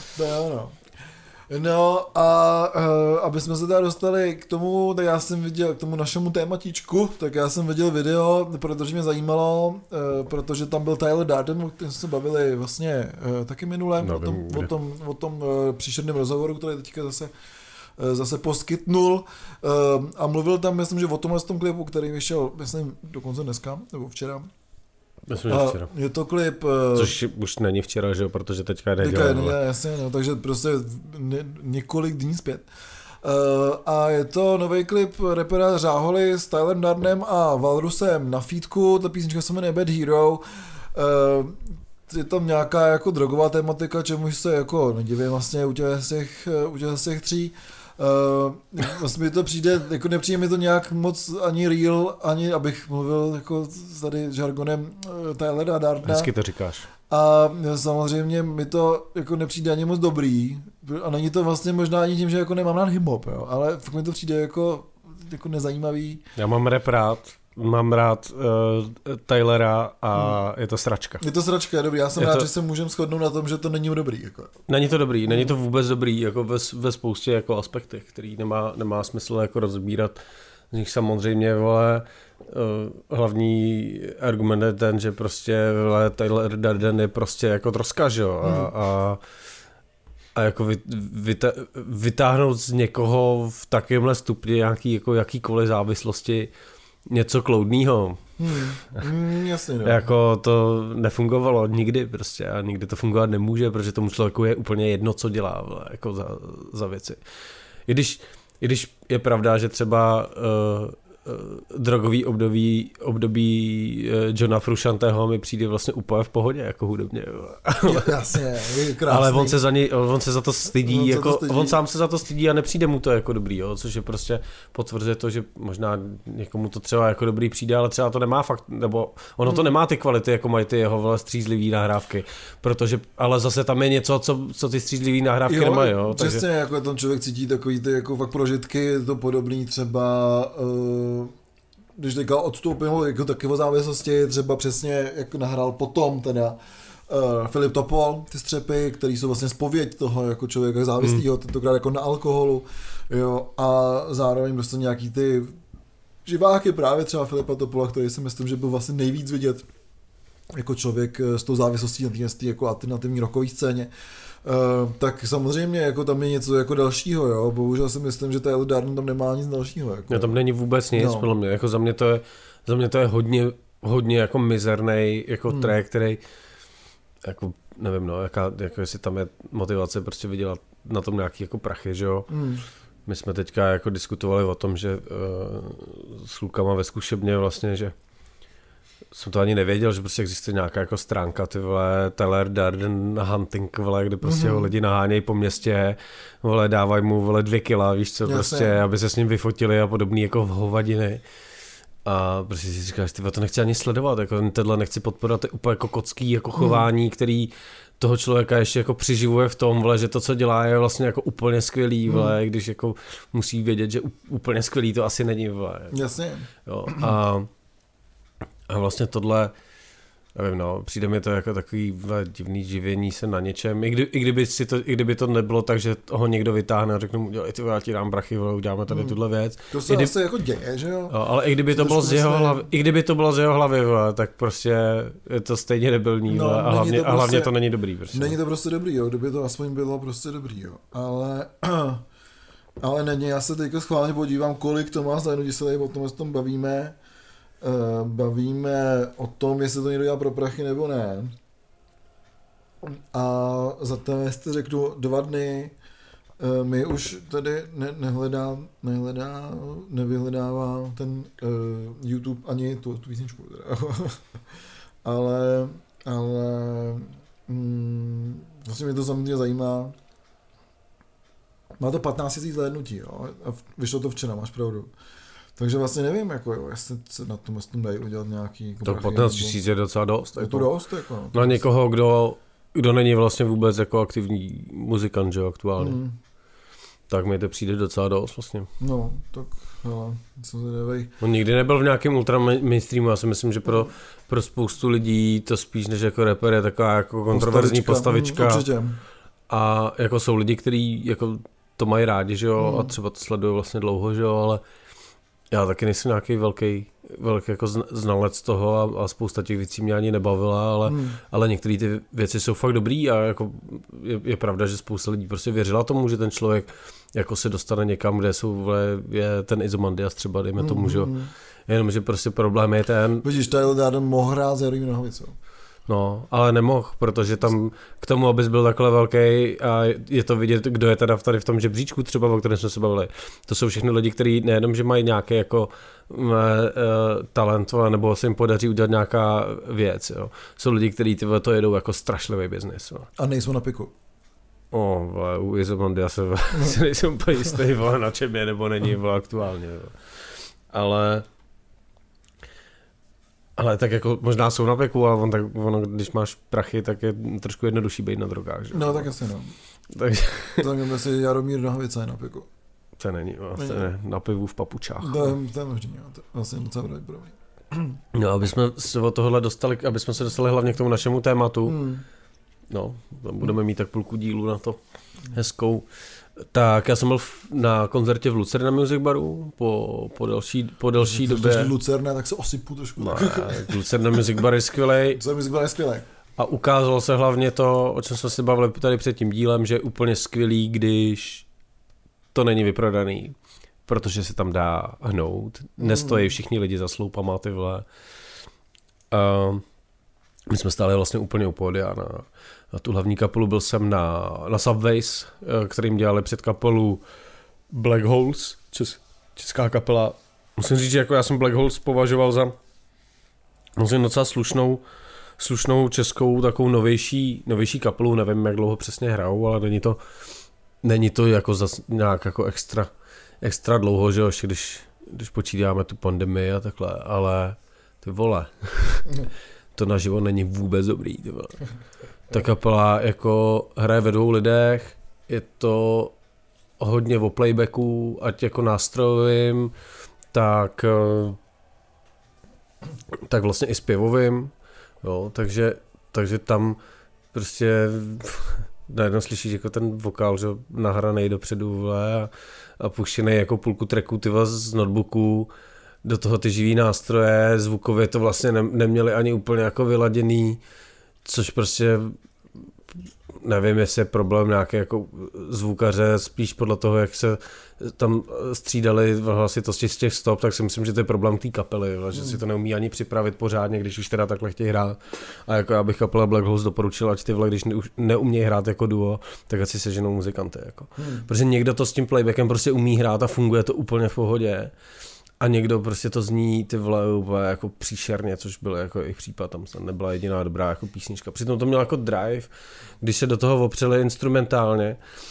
No a aby jsme se teda dostali k tomu, tak já jsem viděl, k tomu našemu tématičku, tak já jsem viděl video, protože mě zajímalo, protože tam byl Tyler Durden, o kterém jsme se bavili vlastně taky minule, o tom příšerném rozhovoru, který teďka zase poskytnul a mluvil tam, myslím, že o tomhle tom klipu, který vyšel, myslím, dokonce dneska, nebo včera. Myslím, že včera. Je to klip... Což už není včera, že jo, protože teďka je nedělá. Jasně, no, takže prostě několik dní zpět. A je to nový klip rapera Řáholy s Tylem Durdenem a Walrusem na featku, ta písnička se jmenuje Bad Hero. Je tam nějaká jako drogová tematika, čemuž se jako nedivím vlastně u těch tří. Vlastně mi to přijde, jako nepřijde mi to nějak moc ani real, ani abych mluvil jako tady žargonem Tylera Durdena. Hezky to říkáš. A samozřejmě mi to jako nepřijde ani moc dobrý a není to vlastně možná ani tím, že jako nemám rád hip-hop, jo, ale fakt mi to přijde jako nezajímavý. Já mám rád Tylera a je to sračka. Je to sračka, je dobrý. Já jsem rád, že se můžeme shodnout na tom, že to není dobrý. Jako. Není to vůbec dobrý, jako ve spoustě jako aspektech, který nemá smysl jako rozbírat. Z nich samozřejmě, hlavní argument je ten, že prostě Tyler Durden je prostě jako troska, že jo, a jako vytáhnout z někoho v takovémhle stupni jakýkoliv závislosti něco kloudného. Jasně, no. Jako to nefungovalo nikdy prostě a nikdy to fungovat nemůže, protože tomu člověku je úplně jedno, co dělá jako za věci. I když je pravda, že třeba drogový období Johna Fruscianteho mi přijde vlastně úplně v pohodě, jako hudebně. Jasně, krásný. Ale on se za to stydí, on sám se za to stydí a nepřijde mu to jako dobrý, jo, což je prostě potvrzuje to, že možná někomu to třeba jako dobrý přijde, ale třeba to nemá fakt, nebo ono to nemá ty kvality, jako mají ty jeho střízlivý nahrávky, protože, ale zase tam je něco, co ty střízlivý nahrávky nemají, jo. Přesně, takže... jako ten člověk cítí takový ty jako fakt prožitky, je to podobný třeba když teďka odstoupil jako taky o závislosti, třeba přesně jak nahrál potom teda Filip Topol, ty střepy, který jsou vlastně zpověď toho jako člověka závislého, tentokrát jako na alkoholu, jo, a zároveň prostě nějaký ty živáky právě třeba Filipa Topola, který si myslím, že byl vlastně nejvíc vidět jako člověk s tou závislostí na té jako alternativní rockové scéně. Tak samozřejmě jako tam je něco jako dalšího, jo. Bohužel si myslím, že Tyler Durden tam nemá nic dalšího. Jako. Tam není vůbec nic, podle mě. Jako za mě to je hodně jako mizernej jako track, který jako nevím, no, jako jestli tam je motivace prostě vydělat na tom nějaký jako prachy, že jo. My jsme teďka jako diskutovali o tom, že s klukama ve zkušebně vlastně, že jsem to ani nevěděl, že prostě existuje nějaká jako stránka, ty vole, Tyler Durden Hunting, vole, kde prostě ho lidi nahánějí po městě, vole, dávají mu, vole, 2 kila, víš co, prostě, aby se s ním vyfotili a podobný jako hovadiny. A prostě si říkáš, ty to nechci ani sledovat, jako tenhle nechci podporovat, to je úplně jako kocký jako chování, který toho člověka ještě jako přiživuje v tom, vle, že to, co dělá, je vlastně jako úplně skvělý, vle, když jako musí vědět, že úplně skvělý to asi není, vle. Jasně. Jo, a vlastně tohle, nevím, no, přijde mi to jako takový divný živění se na něčem, i kdyby to nebylo tak, že ho někdo vytáhne a řekne mu, dělej, já ti dám brachy, vole, uděláme tady tuhle věc. To se asi jako děje, že jo? Ale i kdyby to bylo z jeho hlavy, vole, tak prostě je to stejně debilní, vole, a hlavně to není dobrý. Prostě. Není to prostě dobrý, jo, kdyby to aspoň bylo prostě dobrý, jo, ale není, já se teďka schválně podívám, kolik to má za když se tady o tom bavíme o tom, jestli to někdo dělá pro prachy nebo ne. A za to, jestli řeknu 2 dny, mi už tady nevyhledává ten YouTube ani tu písničku. ale vlastně mě to samozřejmě zajímá. Má to 15 000 zhlédnutí, jo, a vyšlo to včera, máš pravdu. Takže vlastně nevím, jako jo, jestli se na tom dají udělat nějaký... Jako tak 15 000 je docela dost. Je to dost, jako. Na někoho, kdo není vlastně vůbec jako aktivní muzikant, že aktuálně. Tak mi to přijde docela dost vlastně. No, tak hele, co se devej. On nikdy nebyl v nějakém ultra mainstreamu, já si myslím, že pro spoustu lidí to spíš než jako rapper je taková jako kontroverzní postavička. Určitě. A jako jsou lidi, kteří jako to mají rádi, že jo, a třeba to sledují vlastně dlouho, že jo, ale já taky nejsem nějaký velký jako znalec toho a spousta těch věcí mě ani nebavila, ale některé ty věci jsou fakt dobrý a jako je pravda, že spousta lidí prostě věřila tomu, že ten člověk jako se dostane někam, kde je ten Izomandias třeba, dejme tomu, že jo. Jenomže prostě problém je ten... Vidíš, Tyler Durden mohl hrát s Jaromír Nohavicou. No, ale nemohl, protože tam k tomu, abys byl takhle velký a je to vidět, kdo je teda tady v tom žebříčku třeba, o kterém jsme se bavili. To jsou všechny lidi, kteří nejenom, že mají nějaký jako talent, nebo se jim podaří udělat nějaká věc. Jo. Jsou lidi, kteří to jedou jako strašlivý biznis. Jo. A nejsou na piku. U Izomandia se nejsem úplně jistý, na čem je nebo není aktuálně. Jo. Ale tak jako možná jsou na peku, ale ono, když máš prachy, tak je trošku jednodušší být na drogách, že? No tak asi no. Takže... Zaměřme si Jaromír Nohavica je na peku. To není, vlastně ne, na pivu v papučách. To je možný, to je vlastně docela pravděpodobný. No, aby jsme se od tohohle dostali hlavně k tomu našemu tématu. No, budeme mít tak půlku dílu na to hezkou. Tak já jsem byl na koncertě v Lucerna Music Baru po delší době. Když Lucerna, tak se osypu trošku. No, Lucerna Music Bar je skvělej. A ukázalo se hlavně to, o čem jsme se bavili tady před tím dílem, že je úplně skvělý, když to není vyprodaný, protože se tam dá hnout. Nestojí všichni lidi za sloupama, ty vole. My jsme stáli vlastně úplně u pódia na tu hlavní kapelu, byl jsem na Subways, kterým dělali před kapelu Black Holes, česká kapela. Musím říct, že jako já jsem Black Holes považoval za docela slušnou českou takovou novější kapelu, nevím, jak dlouho přesně hrajou, ale není to jako nějak jako extra dlouho, že jo, ještě když počítáme tu pandemii a takhle, ale ty vole, to naživo není vůbec dobrý, ty vole. Ta kapela jako hraje ve 2 lidech, je to hodně o playbacku, ať jako nástrojovým, tak vlastně i zpěvovým, jo, takže tam prostě najednou slyšíš jako ten vokál, že nahranej dopředu, vole, a puštěnej jako půlku tracku, ty z notebooku, do toho ty živý nástroje, zvukově to vlastně neměli ani úplně jako vyladěný, což prostě nevím, jestli je problém nějaké jako zvukaře, spíš podle toho, jak se tam střídali hlasitosti z těch stop, tak si myslím, že to je problém té kapely, že si to neumí ani připravit pořádně, když už teda takhle chtějí hrát. A jako já bych kapela Black Holes doporučil, ať ty vole, když neumějí hrát jako duo, tak ať si seženou muzikanty. Jako. Protože někdo to s tím playbackem prostě umí hrát a funguje to úplně v pohodě. A někdo prostě to zní ty vole úplně jako příšerně, což byl jako jejich případ, tam nebyla jediná dobrá jako písnička. Přitom to mělo jako drive, když se do toho opřeli instrumentálně,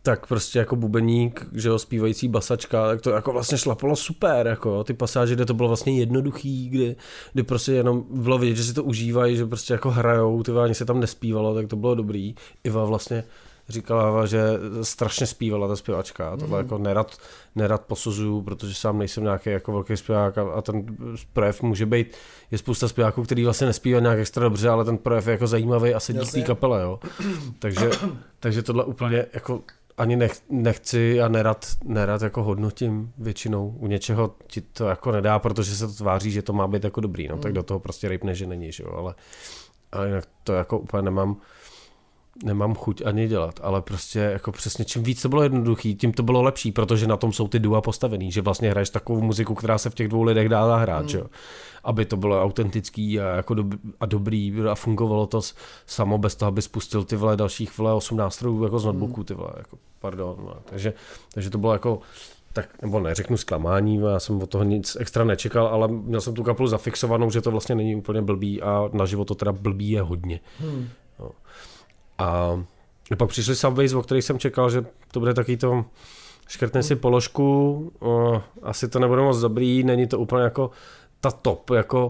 tak prostě jako bubeník, že jo, zpívající basačka, tak to jako vlastně šlapalo super, jako ty pasáže, kde to bylo vlastně jednoduchý, kdy prostě jenom bylo vidět, že si to užívají, že prostě jako hrajou, ty ani se tam nespívalo, tak to bylo dobrý. Iva vlastně říkala, že strašně zpívala ta zpěvačka a tohle jako nerad posuzuju, protože sám nejsem nějaký jako velký zpěvák a ten projev může být, je spousta zpěváků, který vlastně nespívají nějak extra dobře, ale ten projev je jako zajímavý a sedí k té kapele, jo. Takže tohle úplně jako ani nechci a nerad jako hodnotím většinou. U něčeho ti to jako nedá, protože se to tváří, že to má být jako dobrý, no tak do toho prostě rejpne, že není, že jo, ale jinak to jako úplně nemám chuť ani dělat, ale prostě jako přesně čím víc to bylo jednoduchý, tím to bylo lepší, protože na tom jsou ty dua postavený, že vlastně hraješ takovou muziku, která se v těch dvou lidech dá zahrát, že jo. Aby to bylo autentický a jako dobrý a fungovalo to samo bez toho, aby spustil ty vole dalších 8 nástrojů jako z notebooku, ty vole, jako pardon, no. Takže to bylo jako tak, nebo neřeknu zklamání, já jsem od toho nic extra nečekal, ale měl jsem tu kapelu zafixovanou, že to vlastně není úplně blbý a naživo to teda blbý je hodně. No. A pak přišli Subways, o kterých jsem čekal, že to bude taky to škrtne si položku, asi to nebude moc dobrý, není to úplně jako ta top, jako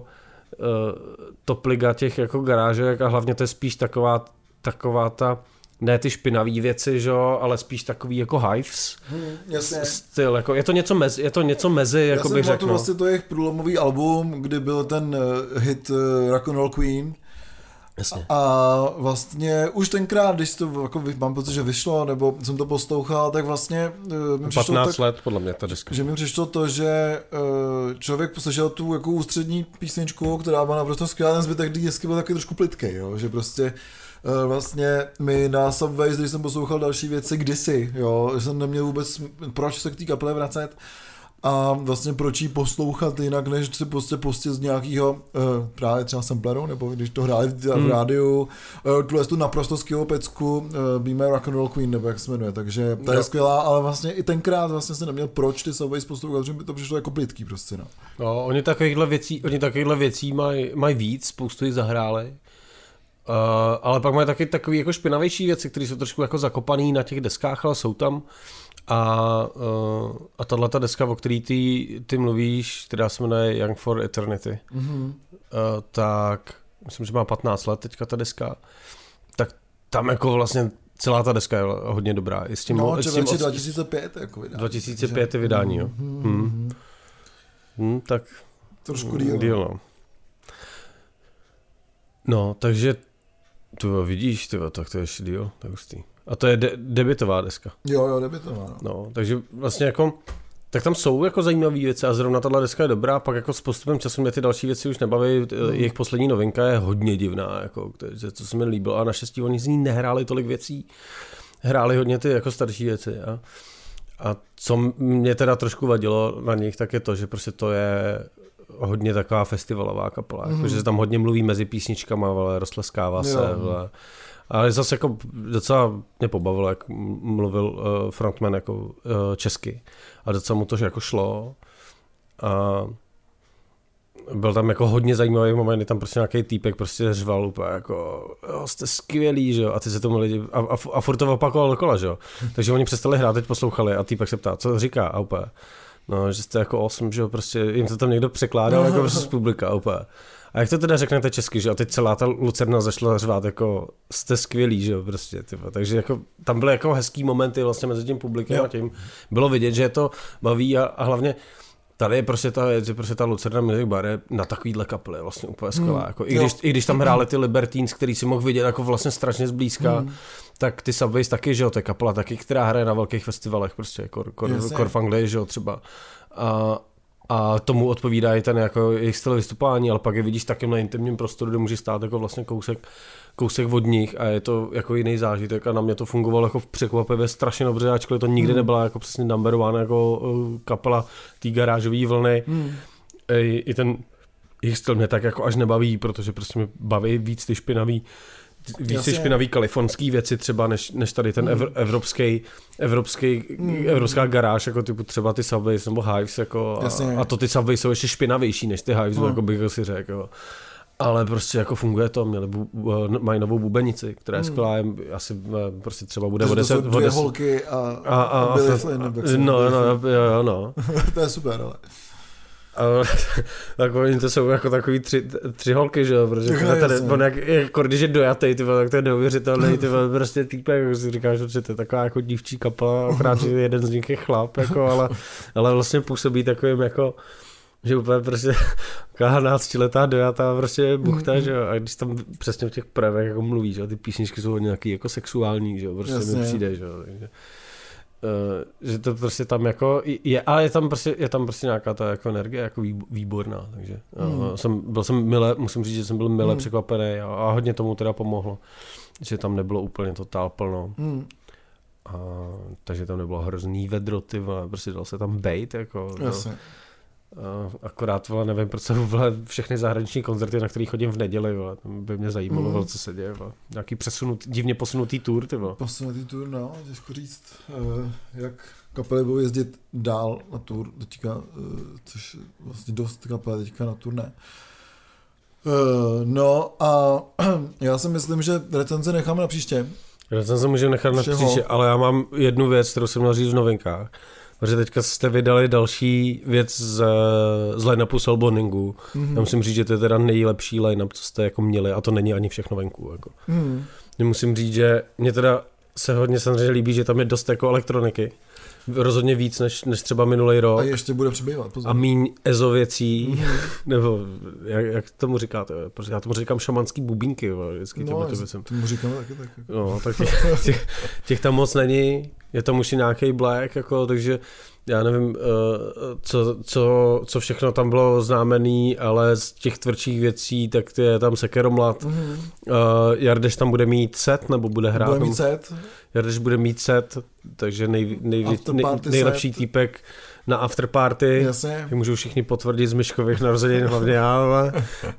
top liga těch jako garážek a hlavně to je spíš taková ta, ne ty špinavý věci, že? Ale spíš takový jako Hives styl, jako je to něco mezi, jako bych řekl. Já jsem vlastně to jejich průlomový album, kdy byl ten hit Rock'n'Roll Queen. Jasně. A vlastně už tenkrát, když to jako mám pocit, že vyšlo, nebo jsem to poslouchal, tak vlastně 15 let podle mě ta deska. Že mi přišlo to, že člověk poslyšel tu jako ústřední písničku, která byla naprosto skvělá, ten zbytek desky byl taky trošku plytkej, jo? Že prostě vlastně mi na Subways, když jsem poslouchal další věci kdysi, jo, jsem neměl vůbec proč se k té kapele vracet a vlastně proč jí poslouchat jinak, než si prostě pustit z nějakého právě třeba sampleru, nebo když to hráli v rádiu, tu naprosto skvělou pecku Be My Rock'n'Roll Queen, nebo jak se jmenuje, takže ta je skvělá, ale vlastně i tenkrát vlastně jsem neměl proč ty Subways poslouchat, protože mi to přišlo jako plytký prostě, no. No, oni takovýchhle věcí mají víc, spoustu jich zahráli. Ale pak mají taky takový jako špinavější věci, které jsou trošku jako zakopaný na těch deskách, ale jsou tam. A tato deska, o který ty mluvíš, která se jmenuje Young for Eternity, tak myslím, že má 15 let teďka ta deska, tak tam jako vlastně celá ta deska je hodně dobrá. I s tím, no, 2005 jako vydání. 2005 je vydání, jo. Tak trošku díl, no. No, takže tu vidíš, tak to je ještě díl, tak hustý. A to je debutová deska. Jo, debutová. No, takže vlastně jako, tak tam jsou jako zajímavé věci a zrovna tato deska je dobrá, pak jako s postupem času mě ty další věci už nebaví, jejich poslední novinka je hodně divná, jako, co se mi líbilo a naštěstí oni z ní nehráli tolik věcí, hráli hodně ty jako starší věci. A co mě teda trošku vadilo na nich, tak je to, že prostě to je hodně taková festivalová kapela, jako, že se tam hodně mluví mezi písničkama, ale roztleskává se, ale zase jako docela mě pobavilo, jak mluvil frontman jako česky a docela mu to jako šlo a byl tam jako hodně zajímavý moment, kdy tam prostě nějaký týpek prostě řval úplně jako jo, jste skvělí, že jo, a ty se tomu lidi a furt to opakoval dokola, že jo, takže oni přestali hrát, teď poslouchali a týpek se ptá, co říká a úplně, no, že jste jako awesome, že jo, prostě jim to tam někdo překládal jako prostě z publika úplně. A jak to teda řeknete česky, že? A teď celá ta Lucerna zašla řvát jako jste skvělí, že jo, prostě, typa. Takže jako tam byly jako hezký momenty vlastně mezi tím publikem a tím bylo vidět, že je to baví a hlavně tady je prostě ta Lucerna Music Bar je na takovýhle kapely vlastně úplně skvělá. Jako, i když tam hráli ty Libertines, který si mohl vidět jako vlastně strašně zblízka, tak ty Subways taky, že jo, to je kapela taky, která hraje na velkých festivalech, prostě Corfangly, že jo, třeba. A tomu odpovídá i ten jako jejich styl vystupování, ale pak je vidíš taky na intimním prostoru, kde může stát jako vlastně kousek od nich a je to jako jiný zážitek a na mě to fungovalo jako překvapivě strašně dobře, ačkoliv to nikdy nebyla jako přesně number one jako kapela té garážové vlny. I ten jejich styl mě tak jako až nebaví, protože prostě mě baví víc ty špinavý kalifornský věci třeba, než tady ten evropská garáž, jako typu třeba ty Subways nebo Hives, jako a to ty Subways jsou ještě špinavější než ty Hives, jako bych si řekl. Ale prostě jako funguje to, mají novou bubenici, která je skvělá, asi prostě třeba bude o 10... To jsou dvě holky a Billy Flynn. No. To je super, ale... Takový, to jsou jako takový tři holky, že jo, protože on jako když je dojatej, tak to je neuvěřitelný, prostě týpek, jak si říkáš, že to je taková jako dívčí kapela, akorát, že jeden z nich je chlap, jako, ale vlastně působí takovým jako, že úplně prostě 12letá dojatá prostě buchta, že jo, a když tam přesně v těch projevech jako mluví, že jo, ty písničky jsou nějaký jako sexuální, že jo, prostě mi přijde, že jo, takže... že to prostě tam jako je, ale je tam prostě nějaká ta jako energie jako výborná, takže musím říct, že jsem byl mile překvapený a hodně tomu teda pomohlo, že tam nebylo úplně totál plno. Takže tam nebylo hrozný vedro, ty vole, prostě dalo se tam bejt, jako. Akorát, vole, nevím, proč jsou všechny zahraniční koncerty, na kterých chodím v neděli, vole, tam by mě zajímalo, co se děje, vole. Nějaký divně posunutý tour, ty vole. Posunutý tour, no, těžko říct, jak kapely budou jezdit dál na tour teďka, což vlastně dost kapely teďka na tour ne. No a já si myslím, že recenze necháme na příště. Recenze můžeme nechat na příště, ale já mám jednu věc, kterou jsem měl říct v novinkách. Protože teďka jste vydali další věc z line-upu Soulboningu. Já musím říct, že to je teda nejlepší line-up, co jste jako měli, a to není ani všechno venku. Jako. Musím říct, že mě teda se hodně samozřejmě líbí, že tam je dost jako elektroniky. Rozhodně víc než třeba minulý rok. A ještě bude přibývat. A míň ezo věcí, nebo jak tomu říkáte? Protože já tomu říkám šamanský bubínky. Vždycky tomu říkáme taky. No, tak těch tam moc není. Je tam už i nějaký black, jako, takže já nevím, co všechno tam bylo známený, ale z těch tvrdších věcí, tak je tam Sekeromlat. Jardeš tam bude mít set, nebo bude hrát? Bude mít set. Jardeš bude mít set, takže nejlepší týpek na afterparty. Jasně. Můžou všichni potvrdit z Myškových narozenin, hlavně já.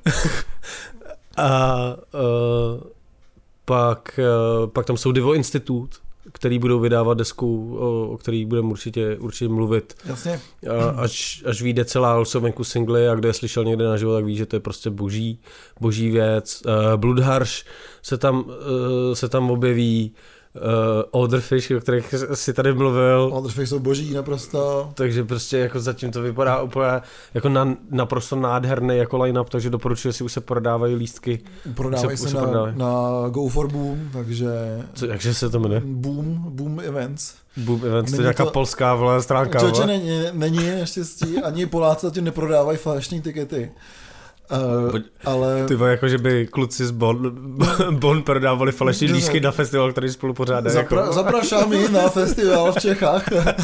Pak tam jsou Divo Institut, který budou vydávat desku, o který budeme určitě mluvit. Jasně. Až vyjde celá Olsovenku singly a kdo je slyšel někde naživo, tak ví, že to je prostě boží věc. Bloodharsh se tam objeví. Odrfish, o kterých si tady mluvil. Odrfish jsou boží naprosto. Takže prostě jako zatím to vypadá úplně jako naprosto nádherný jako line-up, takže doporučuji, si už se prodávají lístky. Prodávají se na Go for Boom, takže... Jakže se to jmenuje? Boom Events. Boom Events, to je nějaká polská stránka. Čoče, není naštěstí, ani Poláci zatím neprodávají falešní tikety. Ale... Ty jako, že by kluci z Bonn prodávali falešní lístky na festival, který spolu pořádají. Zaprašám jít na festival v Čechách.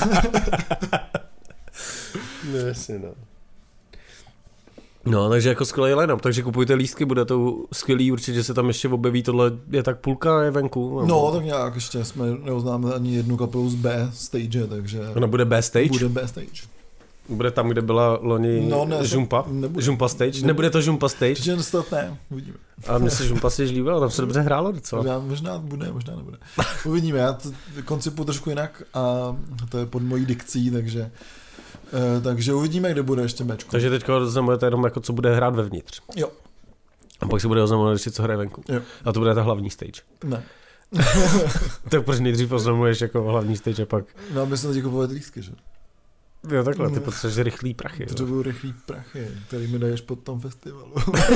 No, takže jako skvělý line-up, takže kupujte lístky, bude to skvělý, určitě se tam ještě objeví, tohle je tak půlka je venku. Nebo... No, tak nějak ještě jsme neoznámili ani jednu kapelu z B stage, takže... Ona bude B stage? Bude B stage. Bude tam, kde byla loni Žumpa? Žumpa stage? Nebude to Žumpa stage? Že ne, uvidíme. A mně se Žumpa stage líbila, tam se dobře hrálo docela. Možná bude, možná nebude. Uvidíme, já to koncipuji trošku jinak a to je pod mojí dikcí, takže uvidíme, kde bude ještě mečko. Takže teďka oznamujete jenom, jako, co bude hrát vevnitř. Jo. A pak se bude oznamovat ještě, co hraje venku. Jo. A to bude ta hlavní stage. Ne. Tak proč nejdřív oznamuješ jako hlavní stage a pak... No a my jsme teď kupovat lístky, že? Jo, takhle, ty potřebuješ rychlý prachy. Potřebuju rychlý prachy, který mi daješ pod tom festivalu.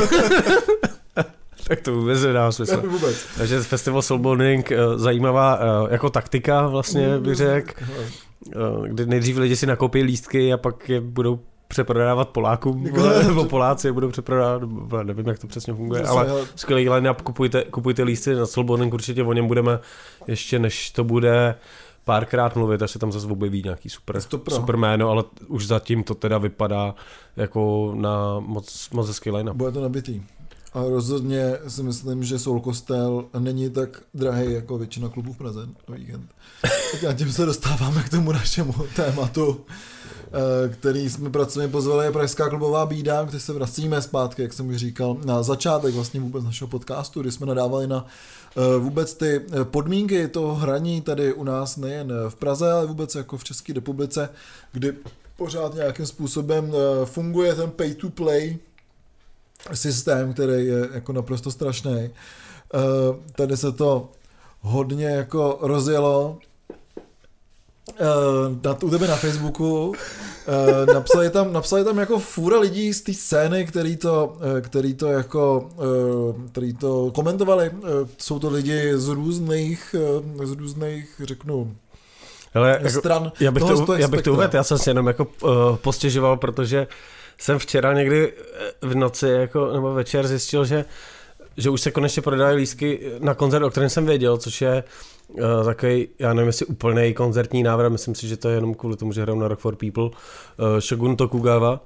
Tak to vůbec nedá smysl. Takže festival Soulboning, zajímavá jako taktika vlastně, bych řekl, kdy nejdřív lidi si nakoupí lístky a pak je budou přeprodávat Polákům, nebo Poláci je budou přeprodávat, nevím, jak to přesně funguje, ale skvělý line-up, kupujte lístky na Soulboning, určitě o něm budeme ještě, než to bude párkrát mluvit, až se tam zase objeví nějaký super jméno, ale už zatím to teda vypadá jako na moc hezký line-up. Bude to nabitý. A rozhodně si myslím, že Soul Kostel není tak drahý jako většina klubů v Praze na víkend. A tím se dostáváme k tomu našemu tématu, který jsme pracovně pozvali, je Pražská klubová bída, kde se vracíme zpátky, jak jsem už říkal, na začátek vlastně vůbec našeho podcastu, kdy jsme nadávali na vůbec ty podmínky toho hraní tady u nás nejen v Praze, ale vůbec jako v České republice, kdy pořád nějakým způsobem funguje ten pay to play systém, který je jako naprosto strašný. Tady se to hodně jako rozjelo u tebe na Facebooku. Napsali tam jako fůra lidí z té scény, který to komentovali. Jsou to lidi z různých řeknu, ale stran. Jako, já bych to uvedl, já jsem si jenom jako postěžoval, protože jsem včera někdy v noci jako, nebo večer zjistil, že už se konečně prodají lístky na koncert, o kterém jsem věděl, což je takový, já nevím, jestli úplnej koncertní návrat, myslím si, že to je jenom kvůli tomu, že hrajou na Rock for People, Shogun Tokugawa,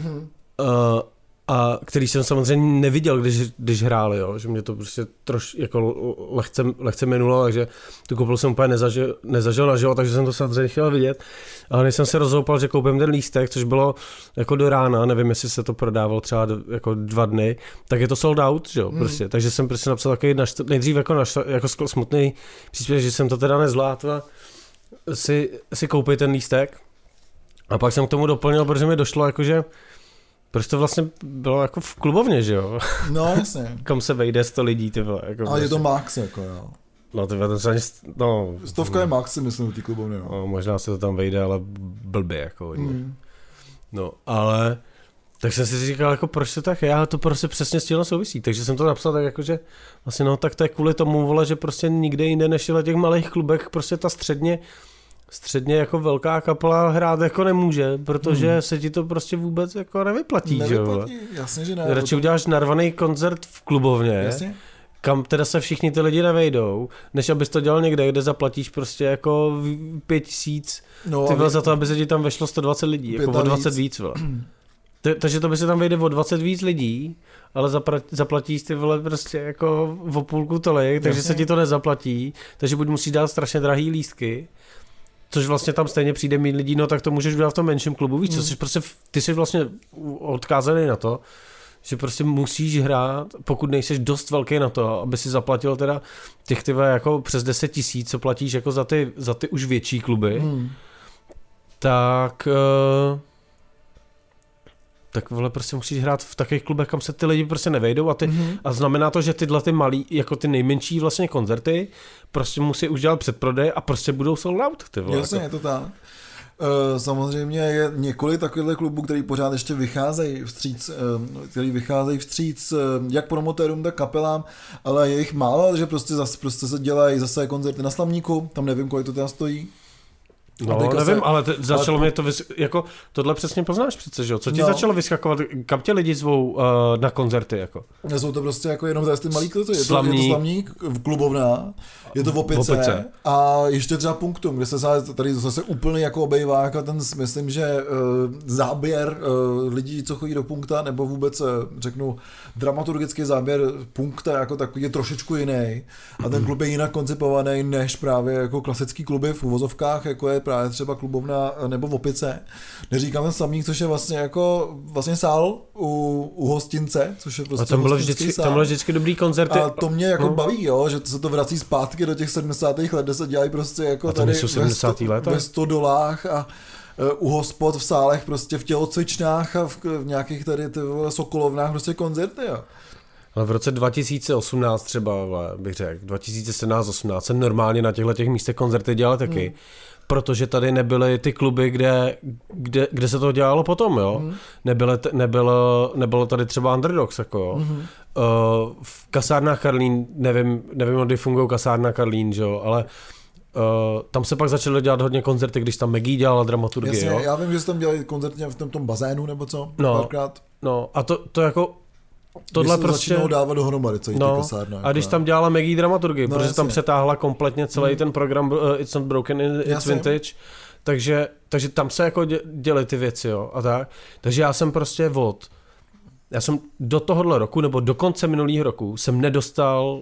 a který jsem samozřejmě neviděl, když hráli, jo, že mě to prostě jako lehce minulo, takže tu koupil jsem úplně nezažil naživo, takže jsem to samozřejmě chtěl vidět, ale než jsem se rozhoupal, že koupím ten lístek, což bylo jako do rána, nevím, jestli se to prodávalo třeba jako 2 dny, tak je to sold out, že jo, prostě, takže jsem prostě napsal takový nejdřív jako smutný příspěvek, že jsem to teda nezvládl si koupit ten lístek, a pak jsem k tomu doplnil, protože mi došlo jakože proč to vlastně bylo jako v klubovně, že jo? No, jasně. Kam se vejde 100 lidí, ty vole. Jako ale je to max, jako jo. No, ty vole, ten se ani... No, 100 je max, myslím, ty klubovny, no. No, možná se to tam vejde, ale blbě, jako hodně. No, ale... Tak jsem si říkal, jako proč to tak je, ale to prostě přesně s tím souvisí. Takže jsem to napsal tak jako, že vlastně no, tak to je kvůli tomu, vole, že prostě nikde jinde než v těch malých klubech prostě ta středně jako velká kapela hrát jako nemůže, protože se ti to prostě vůbec jako nevyplatí, že jo? Jasně, že ne. Radši uděláš narvaný koncert v klubovně, jasně, kam teda se všichni ty lidi nevejdou, než abys to dělal někde, kde zaplatíš prostě jako 5000, no, ty vole, za to, aby se ti tam vešlo 120 lidí, jako o 20 víc, vole. Takže to by se tam vejde o 20 víc lidí, ale zaplatíš ty vole prostě jako o půlku tolik, takže se ti to nezaplatí, takže buď musíš dát strašně drahý lístky, což vlastně tam stejně přijde mít lidí, no tak to můžeš udělat v tom menším klubu, víš, co jsi prostě, ty jsi vlastně odkázaný na to, že prostě musíš hrát, pokud nejseš dost velký na to, aby si zaplatil teda těch tyhle jako přes 10 000, co platíš jako za ty už větší kluby, tak vole, prostě musíš hrát v takových klubech, kam se ty lidi prostě nevejdou a znamená to, že tyhle ty malý, jako ty nejmenší vlastně koncerty prostě musí už dělat předprodej a prostě budou sold out, ty vole. Jasně, jako. je to tak. Samozřejmě je několik takových klubů, který pořád ještě vycházejí vstříc, jak promotérům, tak kapelám, ale je jich málo, že prostě se dělají zase koncerty na Slavníku, tam nevím, kolik to teda stojí. No, nevím, ale začalo mě to, jako tohle přesně poznáš přece, že jo? Co ti začalo vyskakovat, kam tě lidi zvou na koncerty, jako? Jsou to prostě jako jenom ty malý kliky, je to Slavník, klubovna, je to v Opice a ještě třeba Punktum, kde se tady zase úplně jako obejvá, jako ten, myslím, že záběr lidí, co chodí do Punkta, nebo vůbec, řeknu, dramaturgický záběr Punkta jako takový je trošičku jiný a ten klub je jinak koncipovaný než právě jako klasický kluby v uvozovkách, jako je právě třeba klubovna nebo v Opice. Neříkám ten Slavník, což je vlastně sál u hostince, což je prostě a tam bylo vždycky dobrý koncerty. A to mě jako baví, jo, že se to vrací zpátky do těch 70. let, kde se dělají prostě jako tady ve $100 a u hospod v sálech prostě v tělocvičnách a v nějakých tady sokolovnách prostě koncerty, jo. Ale v roce 2018 třeba, bych řekl, 2017-18 se normálně na těchto místech koncerty dělaly taky. Protože tady nebyly ty kluby, kde se to dělalo potom, jo. Nebylo tady třeba Underdogs, jako jo. V kasárnách Karlín, nevím, kdy fungují kasárna Karlín, že jo, ale tam se pak začaly dělat hodně koncerty, když tam Maggie dělala dramaturgii, jasně, jo. Já vím, že se tam dělali koncerty v tom bazénu, nebo co, párkrát. No, a to jako tohle prostě začínalo dávat dohromady celý ty kasárna. A když tam dělala Maggie dramaturgii, protože tam přetáhla kompletně celý ten program It's Not Broken, It's Vintage, takže tam se jako děly ty věci, jo, a tak. Takže já jsem do tohohle roku, nebo do konce minulého roku jsem nedostal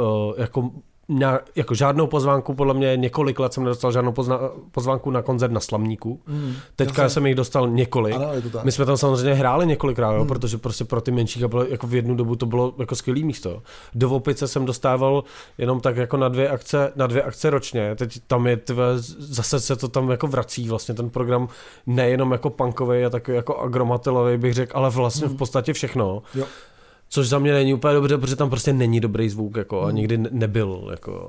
jako žádnou pozvánku, podle mě několik let jsem nedostal žádnou pozvánku na koncert na Slavníku. Teďka jsem jich dostal několik. Ano, my jsme tam samozřejmě hráli několikrát, jo, protože prostě pro ty menší kapely jako v jednu dobu to bylo jako skvělý místo. Do Opice jsem dostával jenom tak jako na dvě akce ročně. Teď tam je zase se to tam jako vrací vlastně ten program nejenom jako punkovej a takový jako agromatelový bych řekl, ale vlastně v podstatě všechno. Jo. což za mě není úplně dobře, protože tam prostě není dobrý zvuk, jako, a nikdy nebyl, jako,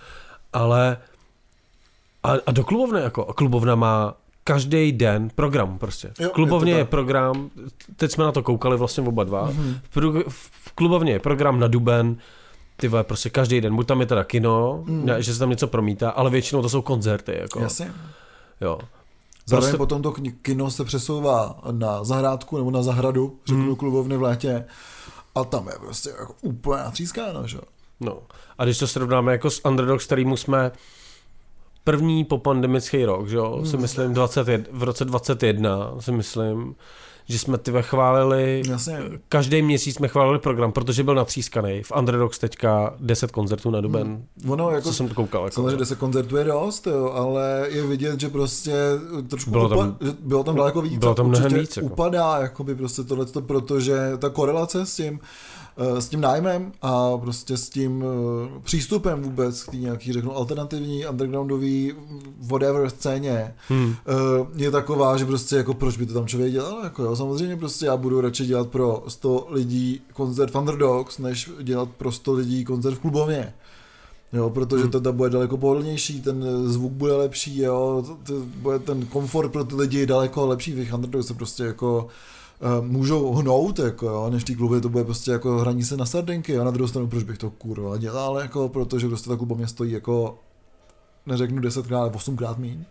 a do klubovny, jako, a klubovna má každý den program prostě. Jo, klubovně je program, teď jsme na to koukali vlastně oba dva, v klubovně je program na duben, ty vole, prostě každý den, buď tam je teda kino, že se tam něco promítá, ale většinou to jsou koncerty, jako. Jasně. Jo. Zároveň potom to kino se přesouvá na zahrádku nebo na zahradu, řeknu klubovny v létě, a tam je prostě jako úplně natřískáno, že? No. A když to srovnáme jako s Underdogs, kterýmu jsme první popandemický rok, že jo, si myslím v roce 2021, si myslím, že jsme chválili, jasně. Každý měsíc jsme chválili program, protože byl natřískaný. V Underdogs teďka 10 koncertů na duben. Ono jako, co jsem to koukal. Jako, samozřejmě 10 koncertů je dost, jo, ale je vidět, že prostě trošku bylo tam daleko víc. Bylo tam mnohem víc. Jako. Upadá jakoby prostě tohleto, protože ta korelace s tím nájmem a prostě s tím přístupem vůbec k té nějaký, řeknu, alternativní, undergroundový, whatever scéně je taková, že prostě jako proč by to tam člověk dělal, jako jo, samozřejmě prostě já budu radši dělat pro 100 lidí koncert v Underdogs, než dělat pro 100 lidí koncert v klubovně. Jo, protože to bude daleko pohodlnější, ten zvuk bude lepší, jo, bude ten komfort pro ty lidi daleko lepší, v těch Underdogs se prostě jako můžou hnout, jako jo, než v té klubě to bude prostě jako hraní se na sardinky, a na druhou stranu proč bych to kurva dělal, jako, protože prostě ta klubovně stojí jako, neřeknu 10krát, ale 8krát míň.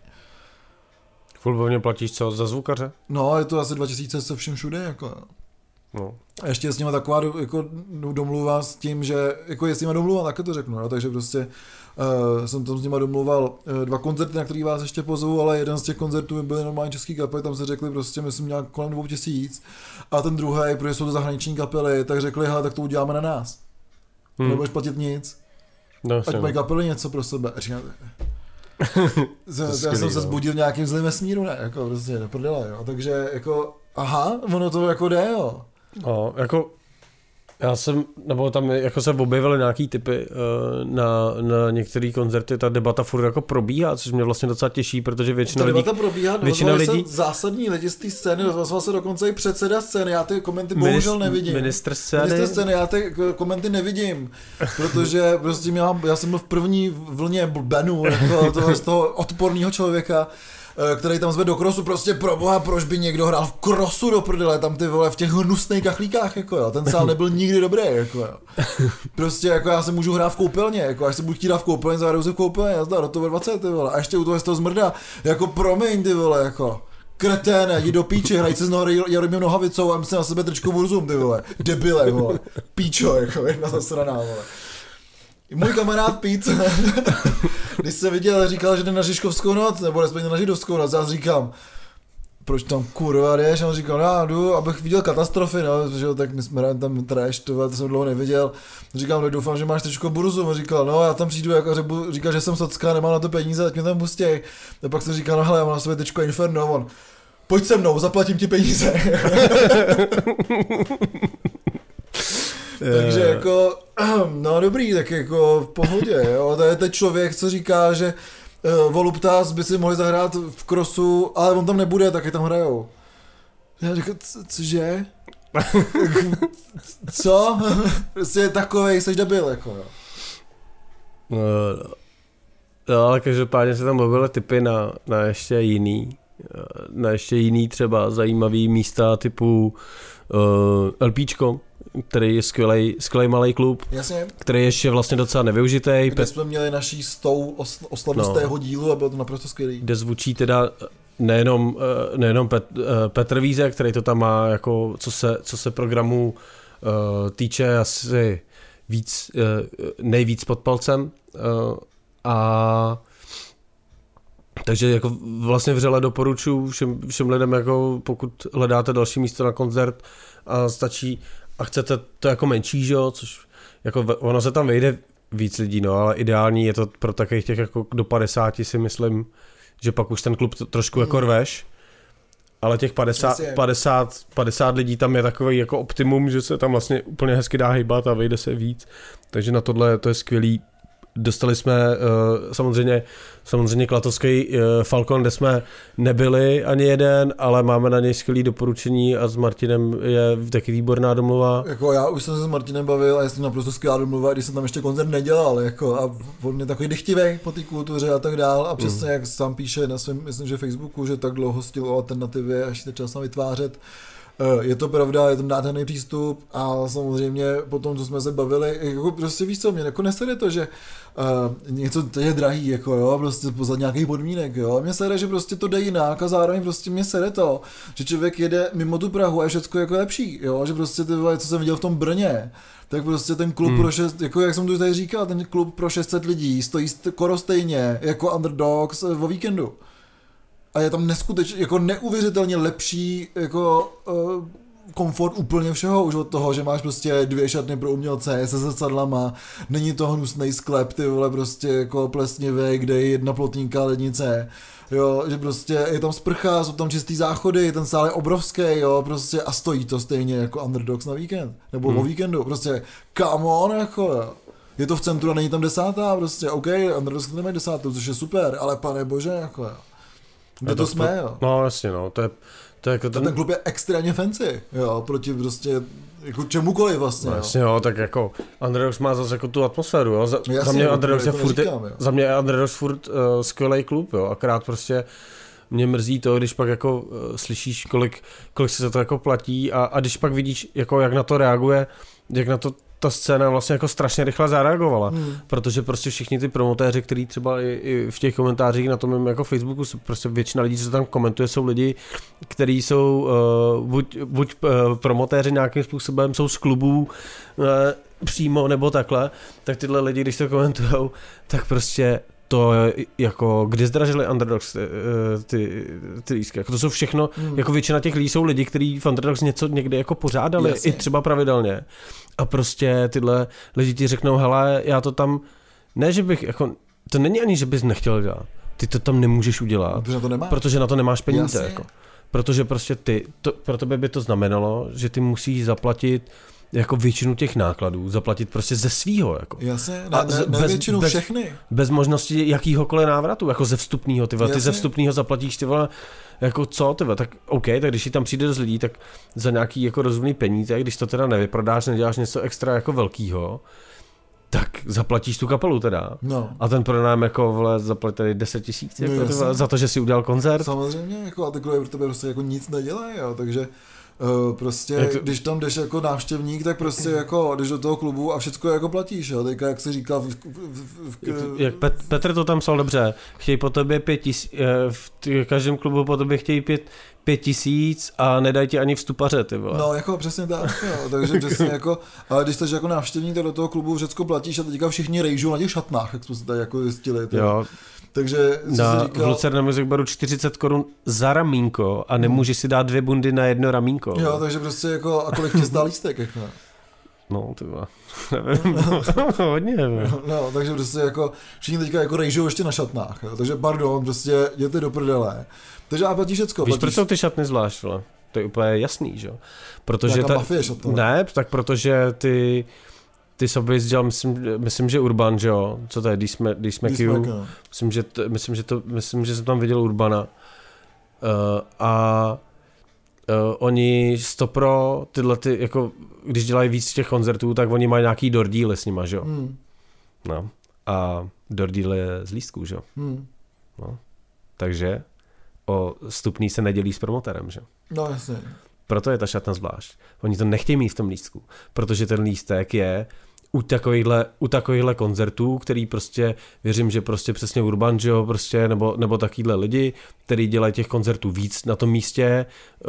V klubovně platíš co, za zvukaře? No, je to asi 2000 se všem všude, jako jo. No. A ještě s nima taková jako domluva s tím, že jako je s nima domluva, tak to řeknu, jo, takže prostě jsem tam s nima domluval 2 koncerty, na který vás ještě pozvu, ale jeden z těch koncertů byly normální český kapely, tam se řekli prostě, myslím, nějak kolem 2000, a ten druhý, protože jsou to zahraniční kapely, tak řekli, hele, tak to uděláme na nás. Nebudeš platit nic. No, ať mají kapely něco pro sebe. A říkám, já jsem se zbudil v nějakým zlým vesmíru, ne, jako prostě neprdele, jo, takže jako, aha, ono to jako jde, jo. No, jako já jsem, nebo tam jako se objevily nějaký typy na některé koncerty, ta debata furt jako probíhá, což mě vlastně docela těší, protože většina lidí... Ta debata probíhá, se zásadní lidi z té scény, ozval se dokonce i předseda scény, já ty komenty bohužel nevidím. Ministr scény, já ty komenty nevidím, protože prostě já jsem byl v první vlně Benu, jako z toho odporného člověka, který tam zve do krosu, prostě proboha, proč by někdo hrál v krosu do prdele, tam ty vole v těch hnusných kachlíkách, jako jo, ten sál nebyl nikdy dobrý, jako jo. Prostě jako já se můžu hrát v koupelně, jako až se budu chtít hrát v koupelně, zahraju se v koupelně, jazda, do toho 20, ty vole, a ještě u toho z toho zmrdá, jako promiň, ty vole, jako kreténe, jdi do píči, hraj se s Jaromírem Nohavicou a si na sebe trčkou burzum, ty vole, debile, vole, píčo, jako jedna zasraná, vole. Můj kamarád Pít, když se viděl, říkal, že jde na Žižkovskou noc, nebo respektive na Židovskou noc, já říkám, proč tam kurva jdeš? A on říkal, já jdu, abych viděl katastrofy, no, že tak my jsme hrali tam trash, to jsem dlouho neviděl. Říkám, no, doufám, že máš tričko burzu. On říkal, no, já tam přijdu, jako říkal, že jsem socka, nemám na to peníze, tak mě tam pustěj. A pak jsem říkal, no hele, já mám na sobě tričko Inferno, on, pojď se mnou, zaplatím ti peníze. Takže jako, no dobrý, tak jako v pohodě, jo, to je ten člověk, co říká, že Voluptas by si mohli zahrát v krosu, ale on tam nebude, tak je tam hrajou. Já říkám, cože? Co? Prostě takovej, jsi debil, jako jo. No, ale každopádně se tam objevily tipy na ještě jiný třeba zajímavý místa typu LPčko, který je skvělej malý klub, jasně, který je ještě vlastně docela nevyužitý. Kde jsme měli naší 100 oslavu z tého dílu a bylo to naprosto skvělý. Kde zvučí teda nejenom Petr Víze, který to tam má, jako co se programu týče, asi nejvíc pod palcem. A takže jako vlastně vřele doporučuji všem lidem, jako pokud hledáte další místo na koncert a stačí a chcete to jako menší, že jo, což jako ono se tam vejde víc lidí, no, ale ideální je to pro takových těch jako do 50 si myslím, že pak už ten klub trošku jako rveš, ale těch 50 lidí tam je takový jako optimum, že se tam vlastně úplně hezky dá hejbat a vejde se víc, takže na tohle to je skvělý dostali jsme samozřejmě Klatovský Falcon, kde jsme nebyli ani jeden, ale máme na něj skvělý doporučení a s Martinem je taky výborná domluva. Jako já už jsem se s Martinem bavil a je s tím naprosto skvělá domluva, když jsem tam ještě koncert nedělal, jako a on je takový dychtivý po té kultuře a tak dál a přesně jak sám píše na svém, myslím, že Facebooku, že tak dlouho stil o alternativě, až teď čas vytvářet. Je to pravda, je to nádherný přístup a samozřejmě po tom, co jsme se bavili, jako prostě víš co, mě jako nesede to, že něco to je drahý, jako jo, prostě za nějakých podmínek, jo, mě sede, že prostě to jde jinak a zároveň prostě mě sede to, že člověk jede mimo tu Prahu a je všecko jako lepší, jo, že prostě ty, co jsem viděl v tom Brně, tak prostě ten klub pro 6, jako jak jsem to tady říkal, ten klub pro 600 lidí stojí skoro stejně jako Underdogs o víkendu. A je tam neskutečně, jako neuvěřitelně lepší jako komfort úplně všeho, už od toho, že máš prostě 2 šatny pro umělce se zrcadlama, není to hnusnej sklep, ty vole, prostě jako plesnivý, kde je 1 plotníka lednice, jo, že prostě je tam sprcha, jsou tam čistý záchody, ten sál je obrovský, jo, prostě a stojí to stejně jako Underdogs na víkend, nebo o víkendu, prostě come on, jako jo. Je to v centru a není tam 10, prostě, OK, Underdogs nemají 10, což je super, ale pane bože, jako jo. Kde to jsme, jo. No jasně, no, to je jako ten klub je extrémně fancy, jo, proti prostě jako čemukoliv vlastně, no, jasně, jo, tak jako Underdogs má zase jako tu atmosféru, jo, za mě Underdogs je furt, za mě Underdogs furt skvělej klub, jo, akorát prostě mě mrzí to, když pak jako slyšíš, kolik se za to jako platí a když pak vidíš, jako jak na to reaguje, jak na to ta scéna vlastně jako strašně rychle zareagovala, protože prostě všichni ty promotéři, kteří třeba i v těch komentářích na tom mém jako Facebooku, prostě většina lidí, co tam komentuje, jsou lidi, kteří jsou buď promotéři nějakým způsobem, jsou z klubů přímo nebo takhle, tak tyhle lidi, když to komentujou, tak prostě to jako, kdy zdražili Underdogs ty lístky, jako to jsou všechno, jako většina těch lidí jsou lidi, kteří v Underdogs něco někde jako pořádali, jasně, i třeba pravidelně. A prostě tyhle lidi ti řeknou, hele, já to tam, ne, že bych, jako, to není ani, že bys nechtěl dělat, ty to tam nemůžeš udělat, protože na to nemáš peníze, jako. Protože prostě pro tebe by to znamenalo, že ty musíš zaplatit jako většinu těch nákladů, zaplatit prostě ze svýho, jako. Jasně, většinu všechny. Bez možnosti jakýhokoliv návratu, jako ze vstupného, ty ze vstupného zaplatíš, ty vole, jako co, ty vole, tak OK, tak když ti tam přijde dost lidí, tak za nějaký jako rozumný peníze, když to teda nevyprodáš, neděláš něco extra jako velkýho, tak zaplatíš tu kapelu teda. No. A ten pronám jako, vole, zaplatíš 10 000 jako, za to, že si udělal koncert. Samozřejmě, jako, a takhle pro tebe prostě jako nic nedělají, jo, takže prostě, když tam jdeš jako návštěvník, tak prostě jako jdeš do toho klubu a všecko jako platíš, jo, teďka jak se říká jak Petr to tam psal dobře, chtějí po tobě 5 000, v každém klubu po tobě chtějí 5 000 a nedají ti ani vstupaře, ty vole. No, jako přesně tak, jo, takže přesně jako, ale když jsi jako návštěvník, tak do toho klubu všecko platíš a teďka všichni rejžou na těch šatnách, jak jsme se tady jako zjistili. Jo. Takže v Lucerna Music Baru 40 Kč za ramínko a nemůžeš si dát 2 bundy na 1 ramínko. Jo, takže prostě jako, a kolik tě stál lístek, jako? No, ty nevím, hodně nevím. No, takže prostě jako, všichni teďka jako rejžou ještě na šatnách, jo, takže pardon, prostě jděte do prdele. Takže a platíš všecko. Víš, proč jsou ty šatny zvlášť, vole? To je úplně jasný, že jo? Protože mafie šatna. Ne, tak protože ty sobě dělal, myslím, že Urban, že jo, co to je, D-Smack, myslím, že jsem tam viděl Urbana a oni stopro tyhle ty, jako, když dělají víc těch koncertů, tak oni mají nějaký door deal s nima, že jo. No, a door deal je z lístků, že jo. No, takže o vstupný se nedělí s promoterem, že jo. No, jasně. Proto je ta šatna zvlášť. Oni to nechtějí mít v tom lístku, protože ten lístek je u takovýchhle koncertů, který prostě, věřím, že prostě přesně Urban, že jo, prostě, nebo takovýhle lidi, který dělají těch koncertů víc na tom místě,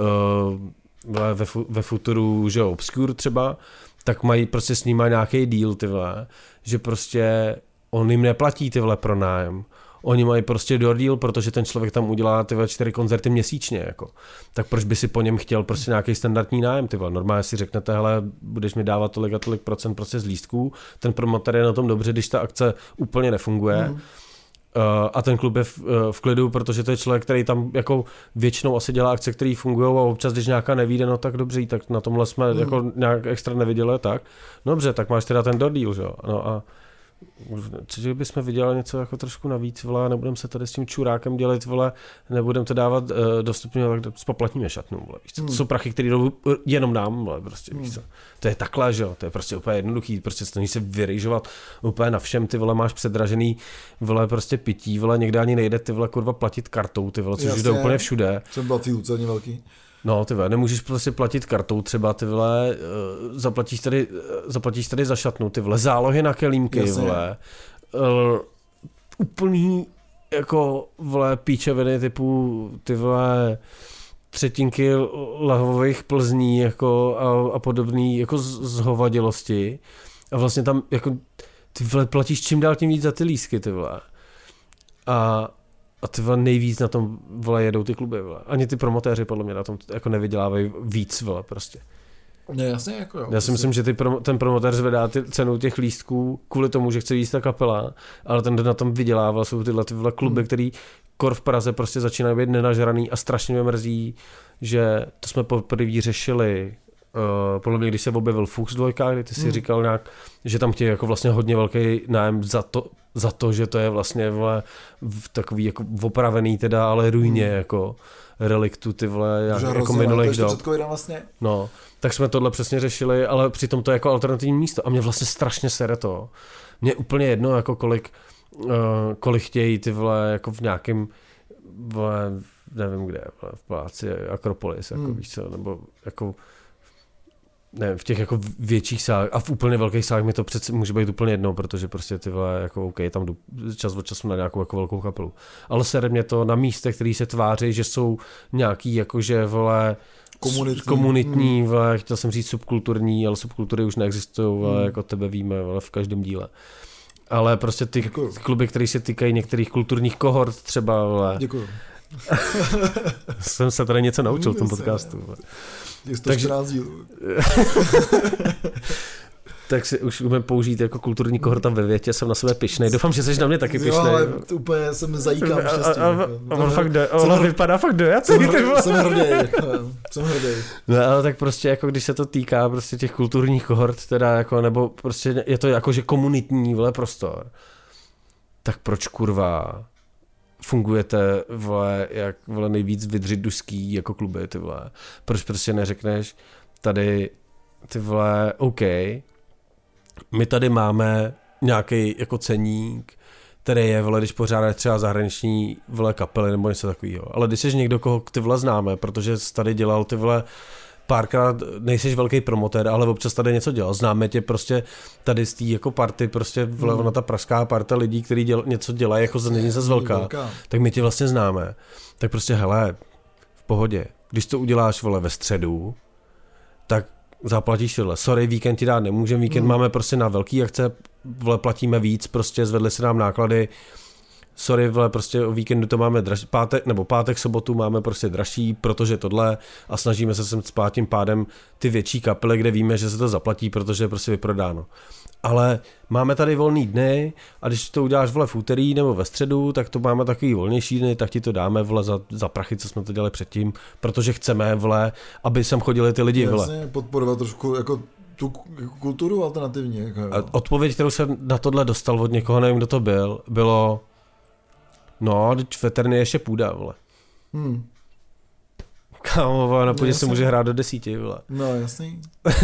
ve Futuru, že jo, Obscure třeba, tak mají prostě s nimi nějaký deal, ty vole, že prostě on jim neplatí ty vole pronájem. Oni mají prostě door deal, protože ten člověk tam udělá ty 4 koncerty měsíčně, jako. Tak proč by si po něm chtěl prostě nějaký standardní nájem, ty vole. Normálně si řeknete, hele, budeš mi dávat tolik a tolik procent prostě z lístků, ten promotor je na tom dobře, když ta akce úplně nefunguje. A ten klub je v klidu, protože to je člověk, který tam jako většinou asi dělá akce, které fungují a občas, když nějaká nevyjde, no tak dobře, tak na tomhle jsme jako nějak extra neviděli, tak. Dobře, tak máš teda ten door deal, že jo. No a Cože bychom viděli něco jako trošku navíc, vole, nebudeme se tady s tím čurákem dělit, vole, nebudeme to dávat dostupně, tak spoplatníme šatnu, vole, víš co? To jsou prachy, které jdou jenom nám, vole, prostě, víš co? To je takhle, že jo, to je prostě úplně jednoduchý, prostě snaží se vyrýžovat úplně na všem, ty vole, máš předražený, vole, prostě pití, vole, někde ani nejde, ty vole, kurva, platit kartou, ty vole, což už jde úplně všude. Třeba ty úcelně velký. No, ty vole, nemůžeš prostě platit kartou třeba, ty vole, zaplatíš tady za šatnu, ty vole, zálohy na kelímky, jasně, vole, úplný, jako, vole, píčoviny typu, ty vole, třetinky lahvových Plzní, jako, a podobný, jako z hovadilosti. A vlastně tam, jako, ty vole, platíš čím dál tím víc za ty lístky, ty vole. A ty vole, nejvíc na tom, vole, jedou ty kluby, vole. Ani ty promotéři podle mě na tom jako nevydělávají víc, vole, prostě. Ne, jasně, jako jo. Já si myslím, že ten promotér zvedá cenu těch lístků kvůli tomu, že chce víc ta kapela, ale ten, kdo na tom vydělává, jsou tyhle kluby, který kor v Praze prostě začínají být nenažraný a strašně mě mrzí, že to jsme poprvé řešili, podle mě, když se objevil Fuchs 2, kdy ty si říkal nějak, že tam chtějí jako vlastně hodně velký nájem za to, že to je vlastně, vole, takový jako opravený teda, ale ruině jako reliktu, ty vole, jako minulých dob. Vlastně. No, tak jsme tohle přesně řešili, ale přitom to je jako alternativní místo a mě vlastně strašně sere to. Mně úplně jedno, jako kolik chtějí ty vole, jako v nějakém, vole, nevím kde, vole, v paláci Akropolis, jako víš co, nebo jako ne, v těch jako větších sálech a v úplně velkých sálech mi to přece může být úplně jedno, protože prostě ty vole, jako OK, tam jdu čas od času na nějakou jako velkou kapelu. Ale sere mě to na místech, který se tváří, že jsou nějaký jakože, vole, komunitní, vole, chtěl jsem říct subkulturní, ale subkultury už neexistují, vole, jako tebe víme, vole, v každém díle. Ale prostě ty kluby, které se týkají některých kulturních kohort třeba, vole. Děkuju. Jsem se tady něco naučil v tom podcastu. Vole. Je to 14 dílů. Tak si už umím použít jako kulturní kohorta ve větě, jsem na sebe pyšnej. Doufám, že jsi na mě taky pyšnej. Jo, ale úplně se mi zajíkám štěstí. On vypadá fakt dojatý. Jsem hrdý. No ale tak prostě jako když se to týká prostě těch kulturních kohort, teda jako, nebo prostě je to jako, že komunitní, vole, prostor, tak proč kurva fungujete, vole, jak, vole, nejvíc vydřiduský jako kluby, ty vole. Proč prostě neřekneš tady, ty vole, OK, my tady máme nějaký jako ceník, který je, vole, když pořádáš třeba zahraniční, vole, kapely nebo něco takového. Ale když jsi někdo, koho ty vole známe, protože jsi tady dělal, ty vole, párkrát, nejseš velký promotér, ale občas tady něco dělal. Známe tě prostě tady z té jako party, prostě ona ta pražská parta lidí, kteří něco dělají, jako není zase velká, tak my tě vlastně známe. Tak prostě, hele, v pohodě. Když to uděláš, vole, ve středu, tak zaplatíš tohle. Sorry, víkend ti dát nemůžem, víkend máme prostě na velký akce, vole, platíme víc, prostě zvedly se nám náklady. Sorry, vole, prostě o víkendu to máme dražší, pátek, sobotu máme prostě dražší, protože tohle a snažíme se sem spát tím pádem ty větší kapely, kde víme, že se to zaplatí, protože je prostě vyprodáno. Ale máme tady volný dny a když to uděláš, vole, v úterý nebo ve středu, tak to máme takový volnější dny, tak ti to dáme, vole, za prachy, co jsme to dělali předtím, protože chceme, vole, aby sem chodili ty lidi, vole. Jasně, podporovat trošku jako tu kulturu alternativně. Jako, a odpověď, kterou jsem na tohle dostal od někoho, nevím, kdo to bylo no, veterny ještě půjda, vole. Kámo, na půdě se může hrát do 10, vole. No, jasný.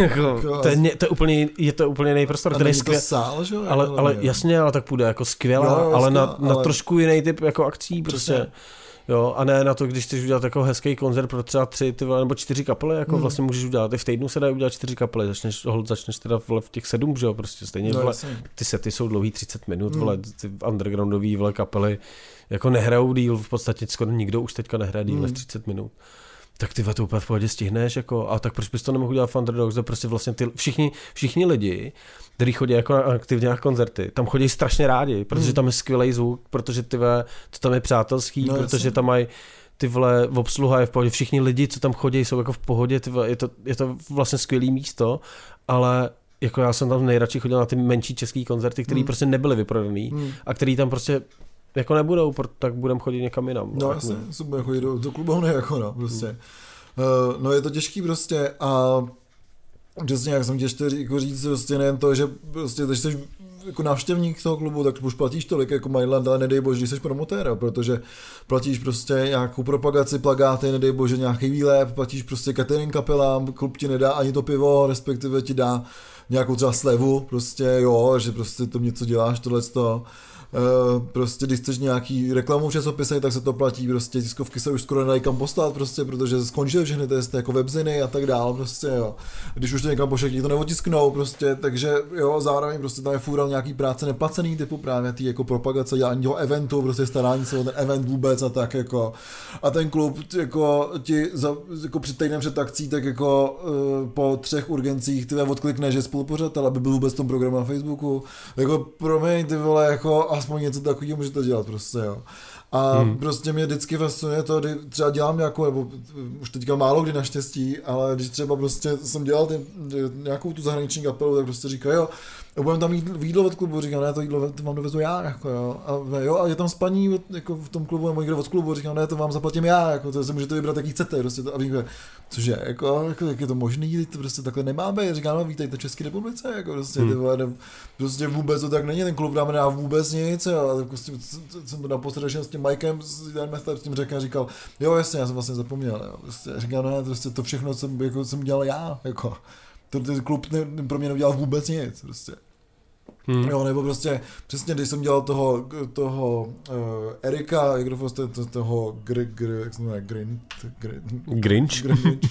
Je to úplně jiný prostor, který je skvělý. Sál, že? Ale jasně, ale tak půjde jako skvělá, jo, ale na trošku jiný typ jako akcí, prostě. Jo, a ne na to, když chceš udělat jako hezký koncert pro třeba 3 nebo 4 kapely, jako vlastně můžeš udělat. I v týdnu se dají udělat 4 kapely, začneš teda v těch 7, že jo, prostě stejně, vole, ty sety jsou dlouhý 30 minut, vole, ty undergroundový, vole, kapely, jako nehrajou díl, v podstatě skoro nikdo už teďka nehraje díl než 30 minut. Tak ty to úplně v pohodě stihneš, jako, a tak proč bys to nemohl dělat v Underdogs, prostě vlastně ty všichni lidi, kteří chodí jako aktivně na koncerty, tam chodí strašně rádi, protože tam je skvělý zvuk, protože to tam je přátelský, protože tam mají ty vole obsluha je v pohodě, všichni lidi, co tam chodí, jsou jako v pohodě, je to vlastně skvělý místo, ale jako já jsem tam nejradši chodil na ty menší český koncerty, které prostě nebyly vyprodaný a který tam prostě jako nebudou, tak budeme chodit někam jinam. No jasně, budeme chodit do klubovny, jako no, prostě. No je to těžký prostě a přesně jak jsem tě chtěl říct, prostě nejen to, že prostě teď jsi jako návštěvník toho klubu, tak už platíš tolik jako Mindland, ale nedej bože, když jsi promotér, protože platíš prostě nějakou propagaci, plagáty, nedej bože nějaký výlep, platíš prostě catering kapelám, klub ti nedá ani to pivo, respektive ti dá nějakou třeba slevu, prostě jo, že prostě to něco děláš, tohleto. Prostě když chceš nějaký reklamu v časopise, tak se to platí, prostě tiskovky se už skoro nedají kam poslat, prostě, protože skončily všechny testy jako webziny a tak dále, prostě jo. Když už to někam pošleš, to neotisknou, prostě, takže jo, zároveň prostě tam je fůra nějaký práce neplacený, typu právě tý jako propagace, dělání toho eventu, prostě starání se o ten event vůbec a tak jako. A ten klub jako ti jako před týdnem před akcí, tak jako po 3 urgencích ty odklikne, že je spolupořadatel, aby byl vůbec v tom programu na Facebooku. Jako promiň, ty vole, jako aspoň něco takového můžete dělat prostě, jo. A prostě mě vždycky fascinuje to, kdy třeba dělám nějakou, nebo už teďka málo kdy naštěstí, ale když třeba prostě jsem dělal nějakou tu zahraniční kapelu, tak prostě říkají, jo, budeme tam mít jídlo od klubu, říkám, ne, to jídlo to vám dovezu já, jako jo, a je tam spaní jako v tom klubu, nebo někde od klubu, říkám, ne, to vám zaplatím já, jako to se můžete vybrat, jaký chcete, prostě to, a víte, cože, jako jak je to možný, to prostě takhle nemáme, říkám, no, vítejte v České republice, jako prostě, prostě vůbec to tak není, ten klub nám nedá vůbec nic, a prostě jsem to naposledy s tím Mikem, s tím říkal, jo, jasně, já jsem vlastně zapomněl, jo, prostě, říkám, ne, prostě to všechno jsem dělal já, jako. Ten klub pro mě neudělal vůbec nic, prostě. Jo, nebo prostě, přesně, když jsem dělal toho Erika, jak toho jak se jmenuje, Grinch?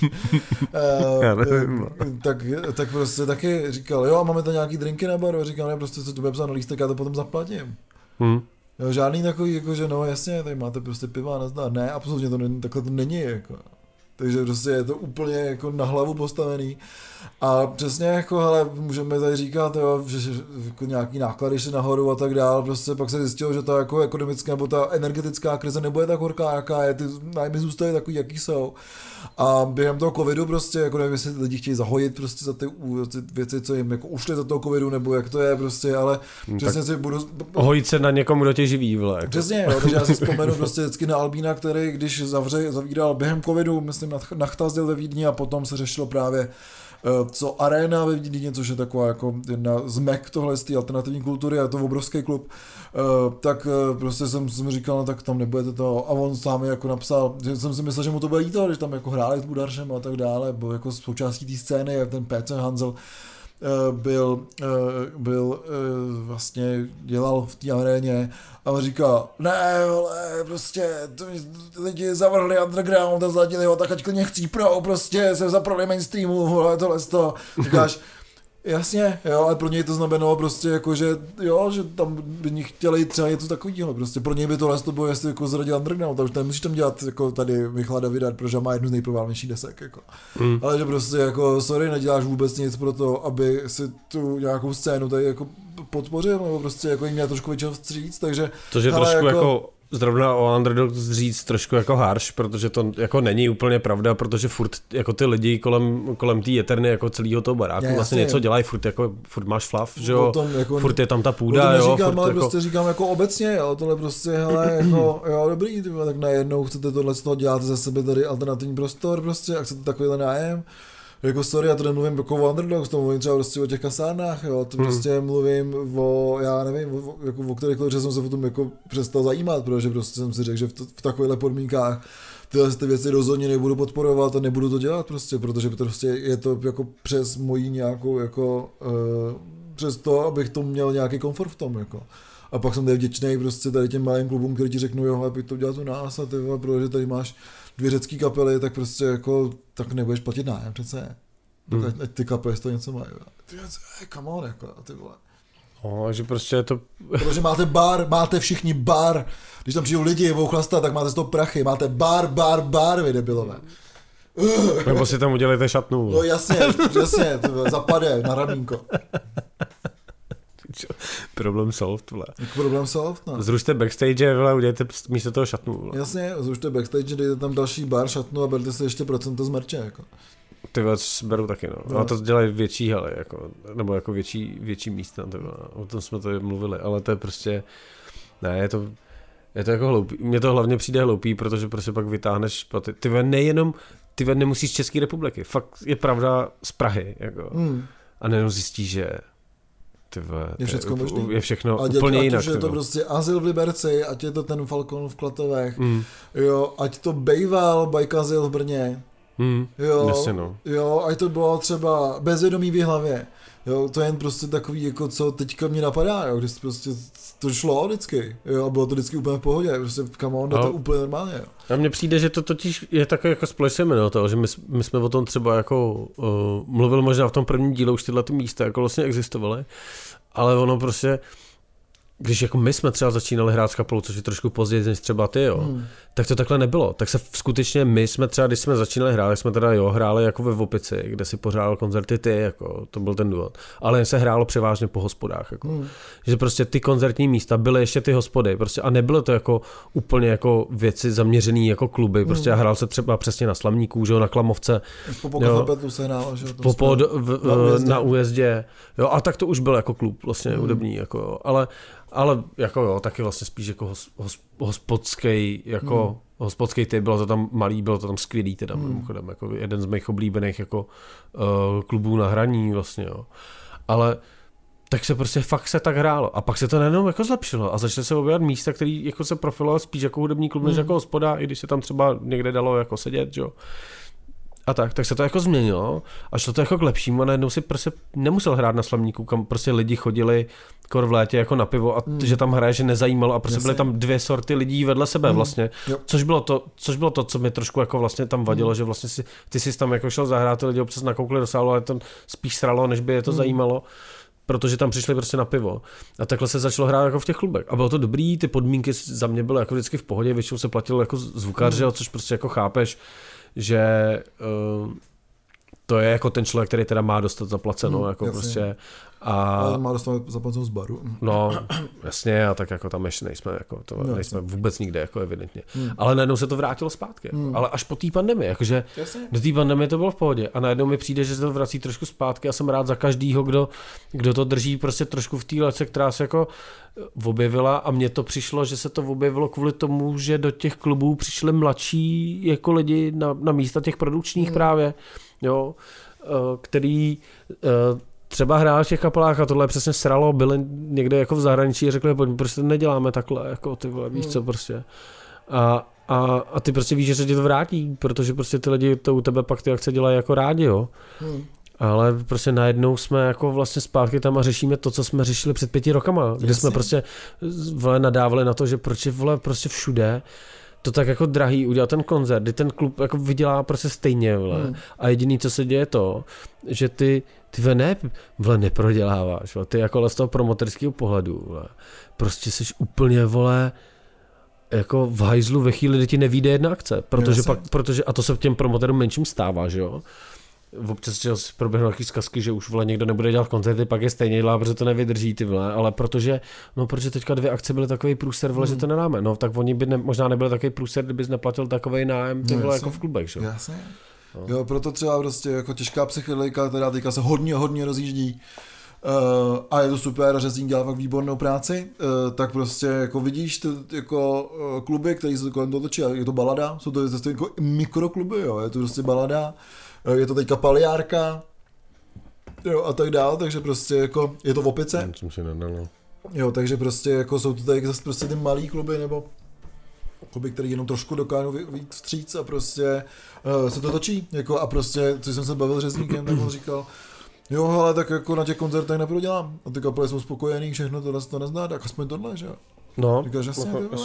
tak prostě taky říkal, jo, a máme tam nějaký drinky na baru, a říkal, ne, prostě co tu bude psát na lístek, já to potom zaplatím. Jo, žádný takový, jako, že no, jasně, tady máte prostě piva, nazdar, ne, absolutně to není, takhle to není, jako. Takže prostě je to úplně jako na hlavu postavený. A přesně jako, hele, můžeme tady říkat, jo, že jako nějaký náklady šly nahoru a tak dál, prostě pak se zjistilo, že ta jako ekonomická nebo ta energetická krize nebude tak horká, jaká je, ty nájmy zůstaly takový, jaký jsou. A během toho covidu prostě, jako nevím, jestli lidi chtějí zahojit prostě za ty věci, co jim jako ušly za toho covidu, nebo jak to je prostě, ale přesně si budu... Hojit se na někomu, kdo tě živí, vle. Jako. Přesně, jo, takže já si vzpomenu prostě vždycky na Albína, který když zavíral během covidu, myslím na Chtazdil ve Vídni a potom se řešilo právě co Arena ve Vídni, což je taková jako jedna z mek tohle z té alternativní kultury a je to obrovský klub, tak prostě jsem říkal, no tak tam nebudete to, a on sám jako napsal, že jsem si myslel, že mu to bude líto, když tam jako hráli s Budaršem a tak dále, byl jako součástí té scény, jak ten PC Hanzel byl vlastně dělal v té aréně a on říká, ne, vole, prostě lidi zavrhli underground a zladili ho, tak ať klidně chcíprou, prostě se zaprali mainstreamu, vole, tohle z toho. Říkáš, jasně, jo, ale pro něj to znamenalo prostě jako, že jo, že tam by ní chtěli třeba něco takového, prostě pro něj by tohle to bylo, jestli jako zradil underground, a už nemusíš tam dělat jako tady Michala Davida, protože má jednu z nejproválnějších desek, jako. Ale že prostě jako, sorry, neděláš vůbec nic pro to, aby si tu nějakou scénu tady jako podpořil, nebo prostě jako jim měl trošku většinou vstříc, takže... To, že trošku jako zrovna o Underdog říct trošku jako harsh, protože to jako není úplně pravda, protože furt jako ty lidi kolem té Eterny jako celého toho baráku vlastně něco dělají, furt máš flav, že jo, jako, furt je tam ta půda, jo. Neříkám, ale jako... prostě říkám jako obecně, jo, tohle prostě, hele, jako, jo, dobrý, tyhle, tak najednou chcete tohle z toho dělat ze sebe tady alternativní prostor prostě a chcete takovýhle nájem. Jako sorry, já to nemluvím jako o Underdogs, to mluvím třeba prostě o těch kasárnách, jo, to prostě mluvím o, já nevím, jako o kterých jsem se o tom jako přestal zajímat, protože prostě jsem si řekl, že v takovýchhle podmínkách tyhle ty věci rozhodně nebudu podporovat a nebudu to dělat prostě, protože prostě je to jako přes mojí nějakou jako, přes to, abych to měl nějaký komfort v tom, jako. A pak jsem tady vděčnej prostě tady těm malým klubům, který ti řeknou, jo, ale pojď to dělat u nás a ty, protože tady máš 2 řecký kapely, tak prostě jako, tak nebudeš platit nájem přece. Ať ty kapely z toho něco mají. Ty come on, jako, ty vole. Že prostě je to... Protože máte všichni bar. Když tam přijdou lidi, budou chlastat, tak máte z toho prachy. Máte bar, vy debilové. Nebo si tam udělejte šatnu. No jasně, zapade na ramínko. Problem solved, vole. Problem solved, no. Zrušte backstage, vole, udělejte místo toho šatnu, vole. Jasně, zrušte backstage, dejte tam další bar, šatnu a berte si ještě procento z merče, jako. Ty vás berou taky, no. A to dělají větší haly, jako, nebo jako větší místa, o tom jsme tady mluvili, ale to je prostě, ne, je to jako hloupý. Mně to hlavně přijde hloupý, protože prostě pak vytáhneš, ty nemusíš z České republiky, fakt je pravda z Prahy, jako. A nejenom zjistíš, že je všecko možný. Je všechno ať úplně jinak. Ať už je to prostě Azyl v Liberci, ať je to ten Falcon v Klatovech, jo, ať to bejval Bajkazyl v Brně, jo, jasně, no. Jo, ať to bylo třeba Bezvědomí v Jihlavě, jo, to je jen prostě takový, jako co teďka mě napadá, jo, když prostě to šlo vždycky, jo, a bylo to vždycky úplně v pohodě, prostě come on, to úplně normálně, jo. A mně přijde, že to totiž je takové jako společné do toho, že my jsme o tom třeba jako mluvili možná v tom prvním díle, už tyhle ty místa jako vlastně existovaly, ale ono prostě, když jako my jsme třeba začínali hrát s kapelou, což je trošku později než třeba ty, jo, tak to takhle nebylo. Tak se skutečně my jsme třeba, když jsme začínali hrát, tak jsme teda hráli jako ve Vopici, kde si pořádal koncerty ty, jako to byl ten důvod. Ale se hrálo převážně po hospodách, jako. Že prostě ty koncertní místa byly ještě ty hospody, prostě a nebylo to jako úplně jako věci zaměřený jako kluby, prostě a hrál se třeba přesně na Slamníku, že jo, na Klamovce. Po se hrálo, že na Újezdě. Jo, a tak to už byl jako klub vlastně hudební, jako jo, ale jako jo, taky vlastně spíš jako hospodský, jako hospodský typ, bylo to tam malý, bylo to tam skvělý teda mimochodem, jako jeden z mých oblíbených jako klubů na hraní vlastně, jo. Ale tak se prostě fakt se tak hrálo a pak se to najednou jako zlepšilo a začaly se objevat místa, který jako se profilovalo spíš jako hudební klub než jako hospoda, i když se tam třeba někde dalo jako sedět, jo. A tak se to jako změnilo a šlo to jako k lepšímu a najednou si prostě nemusel hrát na Slamníku, kam prostě lidi chodili skoro v létě jako na pivo a že tam hraje, že nezajímalo a prostě byly tam dvě sorty lidí vedle sebe vlastně, což bylo to, co mi trošku jako vlastně tam vadilo, že vlastně ty jsi tam jako šel zahrát, ty lidi občas nakoukli do sálu, ale to spíš sralo, než by je to zajímalo, protože tam přišli prostě na pivo. A takhle se začalo hrát jako v těch klubech. A bylo to dobrý, ty podmínky za mě byly jako vždycky v pohodě, většinou se platilo jako zvukař, což prostě jako chápeš, že to je jako ten člověk, který teda má dostat zaplaceno, jako jasně. Prostě. Ale má dostat zaplaceno z baru. No, jasně, a tak jako tam ještě nejsme, jako to nejsme vůbec nikde, jako evidentně. Ale najednou se to vrátilo zpátky, ale až po té pandemii, jakože do té pandemie to bylo v pohodě a najednou mi přijde, že se to vrací trošku zpátky a jsem rád za každýho, kdo to drží prostě trošku v té lece, která se jako objevila a mně to přišlo, že se to objevilo kvůli tomu, že do těch klubů přišli mladší jako lidi na místa těch produkčních právě, jo, který třeba hrál v těch kapelách a tohle přesně sralo, byli někde jako v zahraničí a řekli, proč to neděláme takhle, jako ty vole, víš co prostě. A ty prostě víš, že se ti to vrátí, protože prostě ty lidi to u tebe pak ty akce dělají jako rádi, jo. Ale prostě najednou jsme jako vlastně zpátky tam a řešíme to, co jsme řešili před 5 rokama, kde jsme prostě nadávali na to, že proč je prostě všude to tak jako drahý udělat ten koncert, kdy ten klub jako vydělá prostě stejně, vole. A jediný, co se děje to, že ty neproděláváš, vole. Ty jako z toho promoterského pohledu, vole. Prostě jsi úplně, vole, jako v hajzlu ve chvíli, kdy ti nevyjde jedna akce, protože a to se těm promoterům menším stává, že jo. Občas proběhnou taky zkazky, že už vole někdo nebude dělat koncerty, pak je stejně dělá, protože to nevydrží ty vole, ale protože teďka 2 akce byly takový průser, vole, že to nedáme, no tak oni by možná nebyl takový průser, kdybys neplatil takový nájem ty vole jako v klubech, že? Jasně. No. Jo, proto třeba prostě jako těžká psychedelika, která teďka se hodně rozjíždí a je to super, Řezník dělá fakt výbornou práci, tak prostě jako vidíš ty jako kluby, které se kolem toho točí, je to balada, jsou to jako mikrokluby, jo, je to prostě balada, je to teďka Paliárka, jo, a tak dál, takže prostě jako je to v Opice. Jo, takže prostě jako jsou to tady zase prostě ty malý kluby, nebo kluby, který jenom trošku dokážou vyjít vstříc a prostě se to točí, jako a prostě, co jsem se bavil s Řezníkem, tak on říkal, jo, ale tak jako na těch koncertech neprodělám, a ty kapely jsou spokojený, všechno to nezná, tak aspoň tohle, že jo. No, říkal, že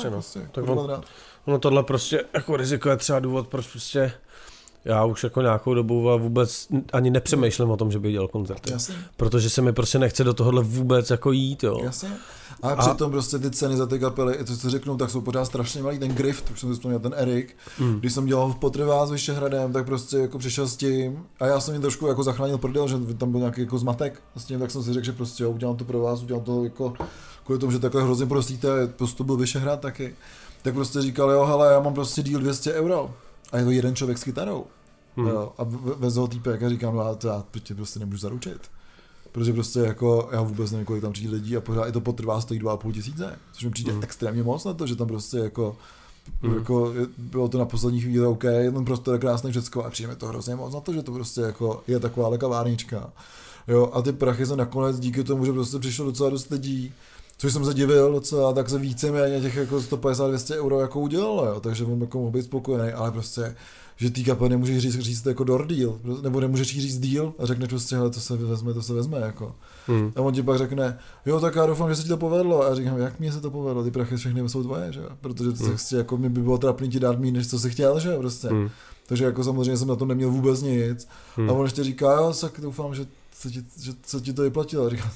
tohle prostě jako riziko je třeba důvod, proč prostě já už jako nějakou dobu a vůbec ani nepřemýšlím o tom, že bych dělal koncerty. Jasně. Protože se mi prostě nechce do tohohle vůbec jako jít, jo. Jasně. A přitom prostě ty ceny za ty kapely, to co řeknu, tak jsou pořád strašně malý. Ten Grift, už jsem si vzpomněl, ten Erik, když jsem dělal v Potrvá s Vyšehradem, tak prostě jako přišel s tím a já jsem jim trošku jako zachránil prdel, že tam byl nějaký jako zmatek s tím, tak jsem si řekl, že prostě jo, udělám to pro vás, udělám to jako kvůli tomu, že takhle hrozně prostíte, prostě byl Vyšehrad taky. Tak prostě říkal, jo, hele, já mám prostě díl 200 € a je to jeden člověk s kytarou. Jo, a vezl ho týpek a říkám, no já tě prostě nemůžu zaručit. Protože prostě jako já vůbec nevím, kolik tam přijde lidí a pořád i to potrvá, stojí 2 500, což mi přijde extrémně moc na to, že tam prostě jako Jako, bylo to na poslední chvíli OK, ten prostor je krásný všecko a přijde to hrozně moc na to, že to prostě jako je taková kavárnička. Jo, a ty prachy se nakonec díky tomu, že prostě přišlo docela dost lidí, což jsem se divil docela, tak se víceméně těch jako 150-200 euro jako udělalo, jo, takže on jako mohl být spokojený, ale prostě, že tý kapel nemůžeš říct jako door deal, nebo nemůžeš říct deal a řekneš prostě, hele, to se vezme, jako. A on ti pak řekne, jo, tak já doufám, že se ti to povedlo, a já říkám, jak mě se to povedlo, ty prachy všechny jsou tvoje, že jo, protože to prostě, jako mi by bylo trapný ti dát méně, než co jsi chtěl, že jo, prostě. Takže jako samozřejmě jsem na tom neměl vůbec nic. A on ještě říká, jo, tak doufám, že se ti to vyplatilo. A říkám,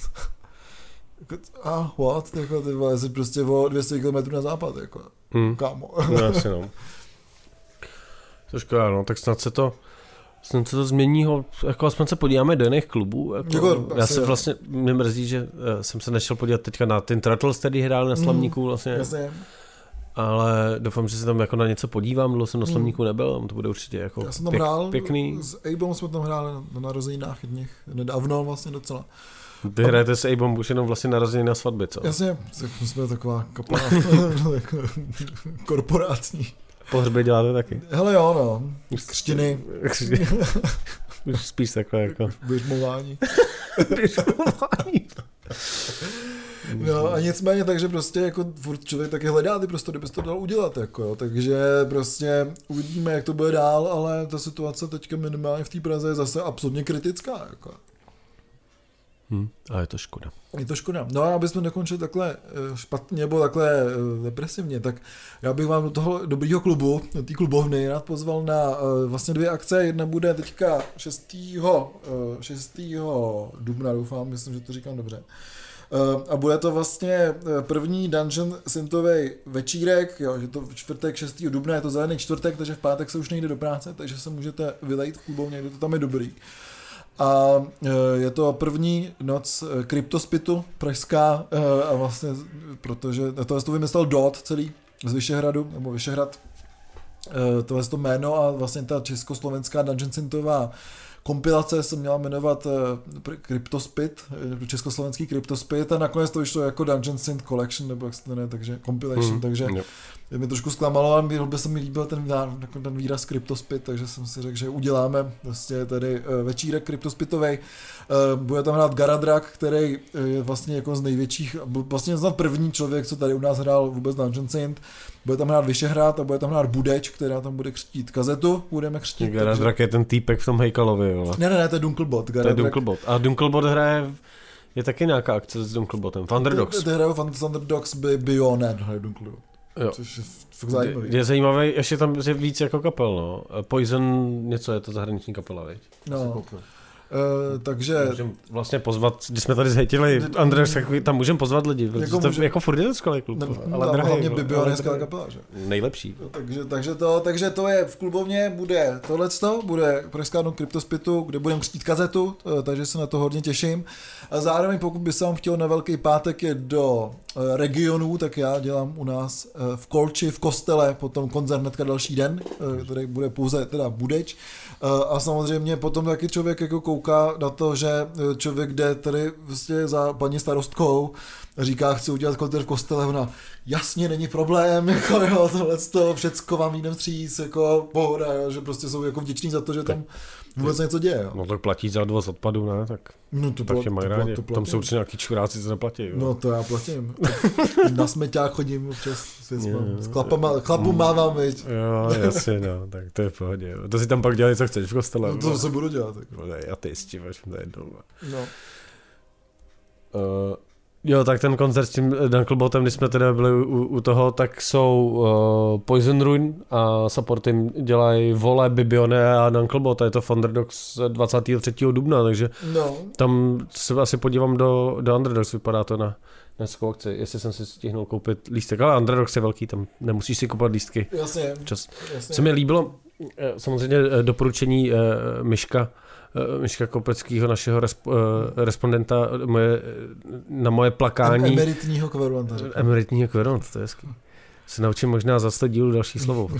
what? Jako, ty vole, jsi prostě o 200 km na západ, jako. Kámo. No, asi no. To škoda, no, tak snad se to změní, jako aspoň se podíváme do jiných klubů. Jako, já se vlastně, mě mrzí, že jsem se nešel podívat teďka na ten Turtles, který hrál na Slavníku vlastně. Jasně. Ale doufám, že se tam jako na něco podívám, dlouho jsem na Slavníku nebyl, to bude určitě jako já jsem tam hrál, pěkný. S Abem jsme tam hráli na narozeninách jedných, nedávno vlastně docela. Ty hrajete s Abem už jenom vlastně narozeniny na svatbě, co? Jasně, jsme taková kapela korporátní. Pohřby děláte taky? Hele jo, no, křtiny. Už spíš takové jako... Běžmování. No a nicméně, takže prostě jako furt člověk taky hledá ty prostory, kdyby to dal udělat, jako jo, takže prostě uvidíme, jak to bude dál, ale ta situace teďka minimálně v té Praze je zase absolutně kritická, jako. A je to škoda. Je to škoda. No a aby jsme dokončili takhle špatně nebo takhle depresivně, tak já bych vám do toho dobrýho klubu, do té klubovny rád pozval na vlastně 2 akce. Jedna bude teďka 6. dubna, doufám, myslím, že to říkám dobře. A bude to vlastně první Dungeon Synthovej večírek, jo, že to v čtvrtek 6. dubna, je to zelený čtvrtek, takže v pátek se už nejde do práce, takže se můžete vylejt v klubovně, kde to tam je dobrý. A je to první noc Kryptospitu pražská a vlastně, protože to vymyslel Dot celý z Vyšehradu, nebo Vyšehrad, tohle to jméno a vlastně ta československá Dungeon Synthová kompilace se měla jmenovat Kryptospit, československý Kryptospit a nakonec to vyšlo jako Dungeon Synth Collection, nebo jak se to jmenuje, takže compilation, takže mě trošku zklamalo, ale by se mi líbil ten výraz Kryptospit, takže jsem si řekl, že uděláme vlastně tady večírek kryptospitovej. Bude tam hrát Garadrak, který je vlastně jako z největších, vlastně snad první člověk, co tady u nás hrál vůbec Dungeon Synth. Bude tam hrát Vyšehrad a bude tam hrát Budeč, která tam bude křtít kazetu, budeme křtít. Garadrak takže... je ten týpek v tom hejkalovi, jo. Ne, to je Dunkelbot. To je Dunkelbot. A Dunkelbot hraje, je taky nějaká akce s Dunkelbotem. Thunderdogs. Ty hrajou Thunderdogs Bionet, hraje Dunkelbot. Jo. Což je fakt zajímavý. Je zajímavý, ještě tam je víc jako kapel, no. Poison, něco je to zahraniční kapela, veď? No. Takže... Můžeme vlastně pozvat, když jsme tady zhejtili Andreas, tam můžeme pozvat lidi, protože jako, to jako furt je to skvělý klub. Ale hlavně Bibio je skvělá kapela, že? Nejlepší. No, takže to je v klubovně, bude tohleto, bude pražská Dom Kryptospitu, kde budeme křtít kazetu, takže se na to hodně těším. A zároveň pokud by se vám chtěl na Velký pátek je do regionů, tak já dělám u nás v Kolči, v Kostele, potom koncert hnedka další den, tady bude pouze teda Budeč. A samozřejmě potom taky člověk jako kouká na to, že člověk jde tady vlastně za paní starostkou a říká, chci udělat koncert v Kostele, ona jasně, není problém, jako jo, tohleto, všecko vám jdem vstříc, jako pohoda, jo, že prostě jsou jako vděční za to, že tam vůbec něco děje. Jo. No tak platí za odvoz odpadu, ne? Tak no je mají rádi. Tam jsou určitě nějaký čuráci, co neplatí. Jo. No to já platím. Na smeťák chodím občas s chlapu mávám, viď. Jo, jasně, no, tak to je v pohodě. Jo. To si tam pak dělej, co chceš v kostele. No to se budu dělat. Já ty stíváš, to je jednou. No. Jo, tak ten koncert s tím Dunkelbotem, když jsme teda byli u toho, tak jsou Poison Ruin a supportem dělají Vole, Bibione a Dunkelbot a je to Thunderdogs 23. dubna, takže tam se asi podívám do Underdogs, vypadá to na akci, jestli jsem si stihnul koupit lístek, ale Underdogs je velký, tam nemusíš si kupovat lístky. Jasně. Co mi líbilo, samozřejmě doporučení Miška Kopeckého, našeho respondenta, na moje plakání. Emeritního kverulanta. Emeritního kverulanta, to je hezký. Se naučím možná za 100 dílů další slovo.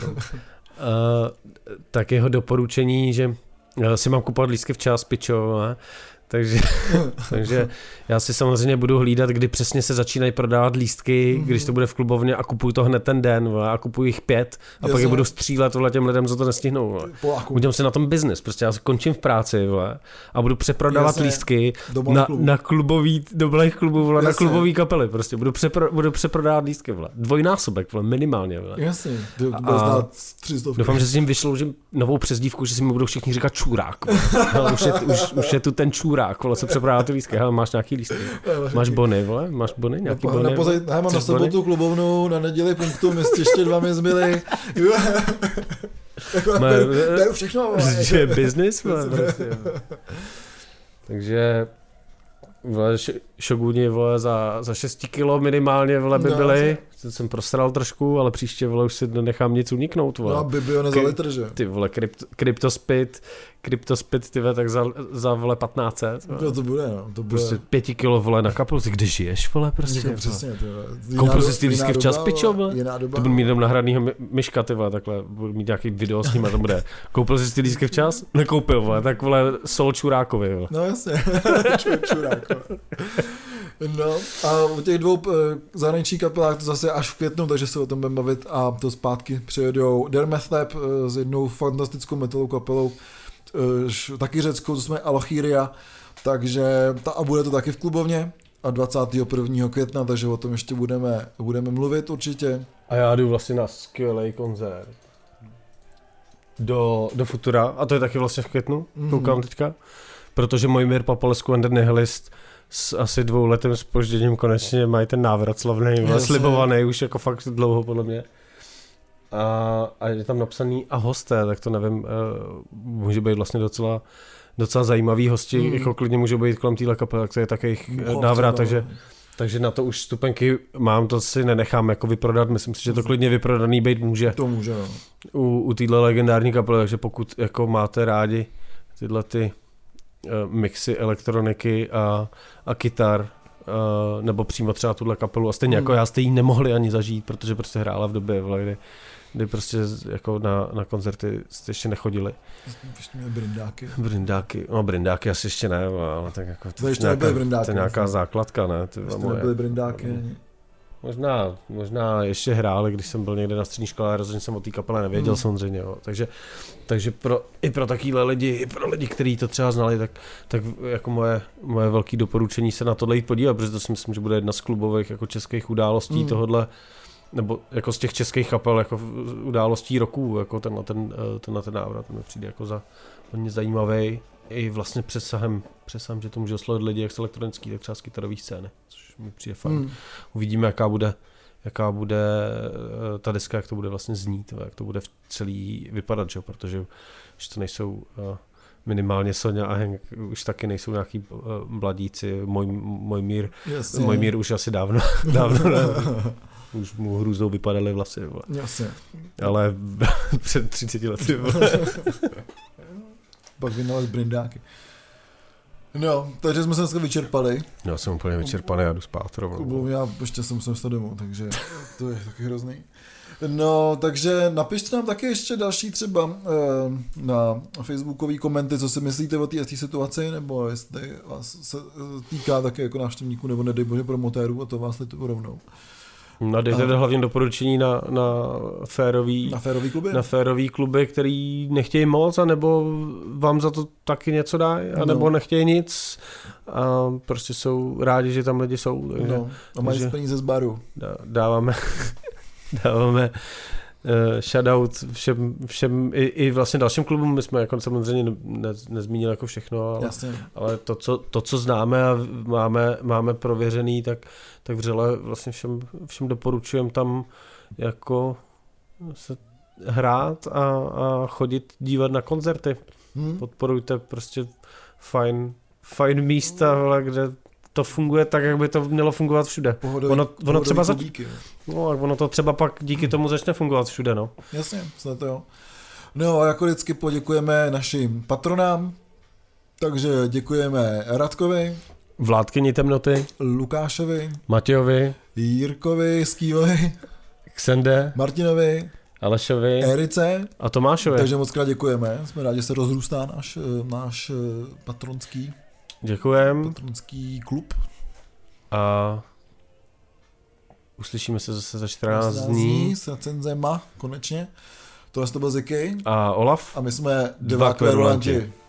Tak jeho doporučení, že si mám kupovat lístky včas, pičo, Takže já si samozřejmě budu hlídat, kdy přesně se začínají prodávat lístky, když to bude v klubovně a kupuju to hned ten den, a kupuju jich 5 a pak je budu střílet těm lidem, co to nestihnou. Udělám si na tom biznis, prostě já končím v práci a budu přeprodávat lístky na klubový, do malých klubů, na klubový kapely, prostě budu přeprodávat lístky, dvojnásobek, minimálně. Jasně, a 300. Doufám, že si jim vyšloužím novou přezdívku, že si mi budou všichni říkat čůrák. Už je tu ten čůrák, co přeprodává ty lístky. Hele, máš nějaký lístky? Máš bony, vole? Máš bony? Nějaký bony? Mám na sobotu klubovnu, na neděli punktu, ještě 2 mi zbyly. To je všechno. Je business, Takže šoguni, za 6 kilo minimálně, by byly. Jsem prosral trošku, ale příště, už si nenechám nic uniknout, No a Bibione za litr, že? Ty vole, Cryptospit, ty tak za 1500. No to bude, no. To bude. Prostě 5 kilo, na kapelu, ty kde žiješ, prostě. Přesně, koupil jsi ty lístky včas, pičo, to budu mít jenom nahradnýho myška, ty takhle, budu mít nějaký video s ním a to bude. Koupil jsi ty lístky včas? Nekoupil, tak sol čurákovi, No jasně, čurákovi. No a u těch 2 zahraničních kapelách to zase až v květnu, takže se o tom budeme bavit a to zpátky přijedou Dermethep s jednou fantastickou metalovou kapelou, taky řeckou, to jsme Alochyria, takže a bude to taky v klubovně a 21. května, takže o tom ještě budeme mluvit určitě. A já jdu vlastně na skvělý koncert do Futura a to je taky vlastně v květnu, koukám teďka, protože Mojmír Papalescu and the Nihilist s asi 2 letým zpožděním konečně mají ten návrat slavný, slibovaný už jako fakt dlouho podle mě. A je tam napsaný a hosté, tak to nevím, může být vlastně docela zajímavý hosti, jako klidně může být kolem téhle kapely, tak to je takový návrat, takže na to už stupenky mám, to si nenechám jako vyprodat, myslím si, že to klidně vyprodaný být může. To může, no. U téhle legendární kapely, takže pokud jako máte rádi tyhle ty mixy elektroniky a kytar, nebo přímo třeba tuhle kapelu a stejně jako já jste jí nemohli ani zažít, protože prostě hrála v době, kdy prostě jako na koncerty jste ještě nechodili. Ještě měli Brindáky, no brindáky asi ještě ne, ale tak jako to ještě nebyly brindáky. To je nějaká základka, ne? Ještě nebyly brindáky. Možná ještě hráli, když jsem byl někde na střední škole, rozhodně jsem o té kapele nevěděl samozřejmě, jo. Takže i pro takovýhle lidi, i pro lidi, kteří to třeba znali, tak jako moje velké doporučení se na tohle jít podívat, protože to si myslím, že bude jedna z klubových jako českých událostí tohodle, nebo jako z těch českých kapel, jako událostí roku, jako tenhle ten návrat mi přijde jako za hodně zajímavý, i vlastně přesahem, že to může oslovit lidi jak z elektronický, tak třeba z kytarové scény, což mi přijde fajn. Uvidíme, jaká bude ta deska, jak to bude vlastně znít, jak to bude celý vypadat, že? Protože už to nejsou minimálně Sonja a Henk, už taky nejsou nějaký mladíci, Mojmír už asi dávno ne. Už mu hrůzou vypadaly vlasy. Jasně. Ale před 30 lety. Pak vynalez brindáky. No, takže jsme se dneska vyčerpali. Já jsem úplně vyčerpaný, já jdu spát rovnou. Já ještě jsem musel vstat domů, takže to je taky hrozný. No, takže napište nám taky ještě další třeba na facebookový komenty, co si myslíte o té situaci, nebo jestli vás se týká taky jako návštěvníků, nebo nedej bože promotérů, a to vás litu rovnou. No, dejte hlavně doporučení na férový kluby, který nechtějí moc, anebo vám za to taky něco dají, anebo nechtějí nic a prostě jsou rádi, že tam lidi jsou. Takže, a mají peníze z baru. Dáváme shoutout všem i vlastně dalším klubům, my jsme jako samozřejmě nezmínili jako všechno, ale to, co známe a máme prověřený, tak vřele vlastně všem doporučujeme tam jako se hrát a chodit dívat na koncerty. Podporujte prostě fajn místa, kde to funguje tak, jak by to mělo fungovat všude. Ono třeba ono to třeba pak díky tomu začne fungovat všude, no. Jasně, to jo. No a jako vždycky poděkujeme našim patronám, takže děkujeme Radkovi, Vládkyni temnoty, Lukášovi, Matějovi, Jirkovi, Skývovi, Xende, Martinovi, Alešovi, Erice a Tomášovi. Takže moc krát děkujeme, jsme rádi, že se rozrůstá náš patronský Děkujem. Patronský klub. A uslyšíme se zase za 14 dní. S recenzema, konečně. Tohle to byl Ziky. A Olaf. A my jsme dva kverulanti.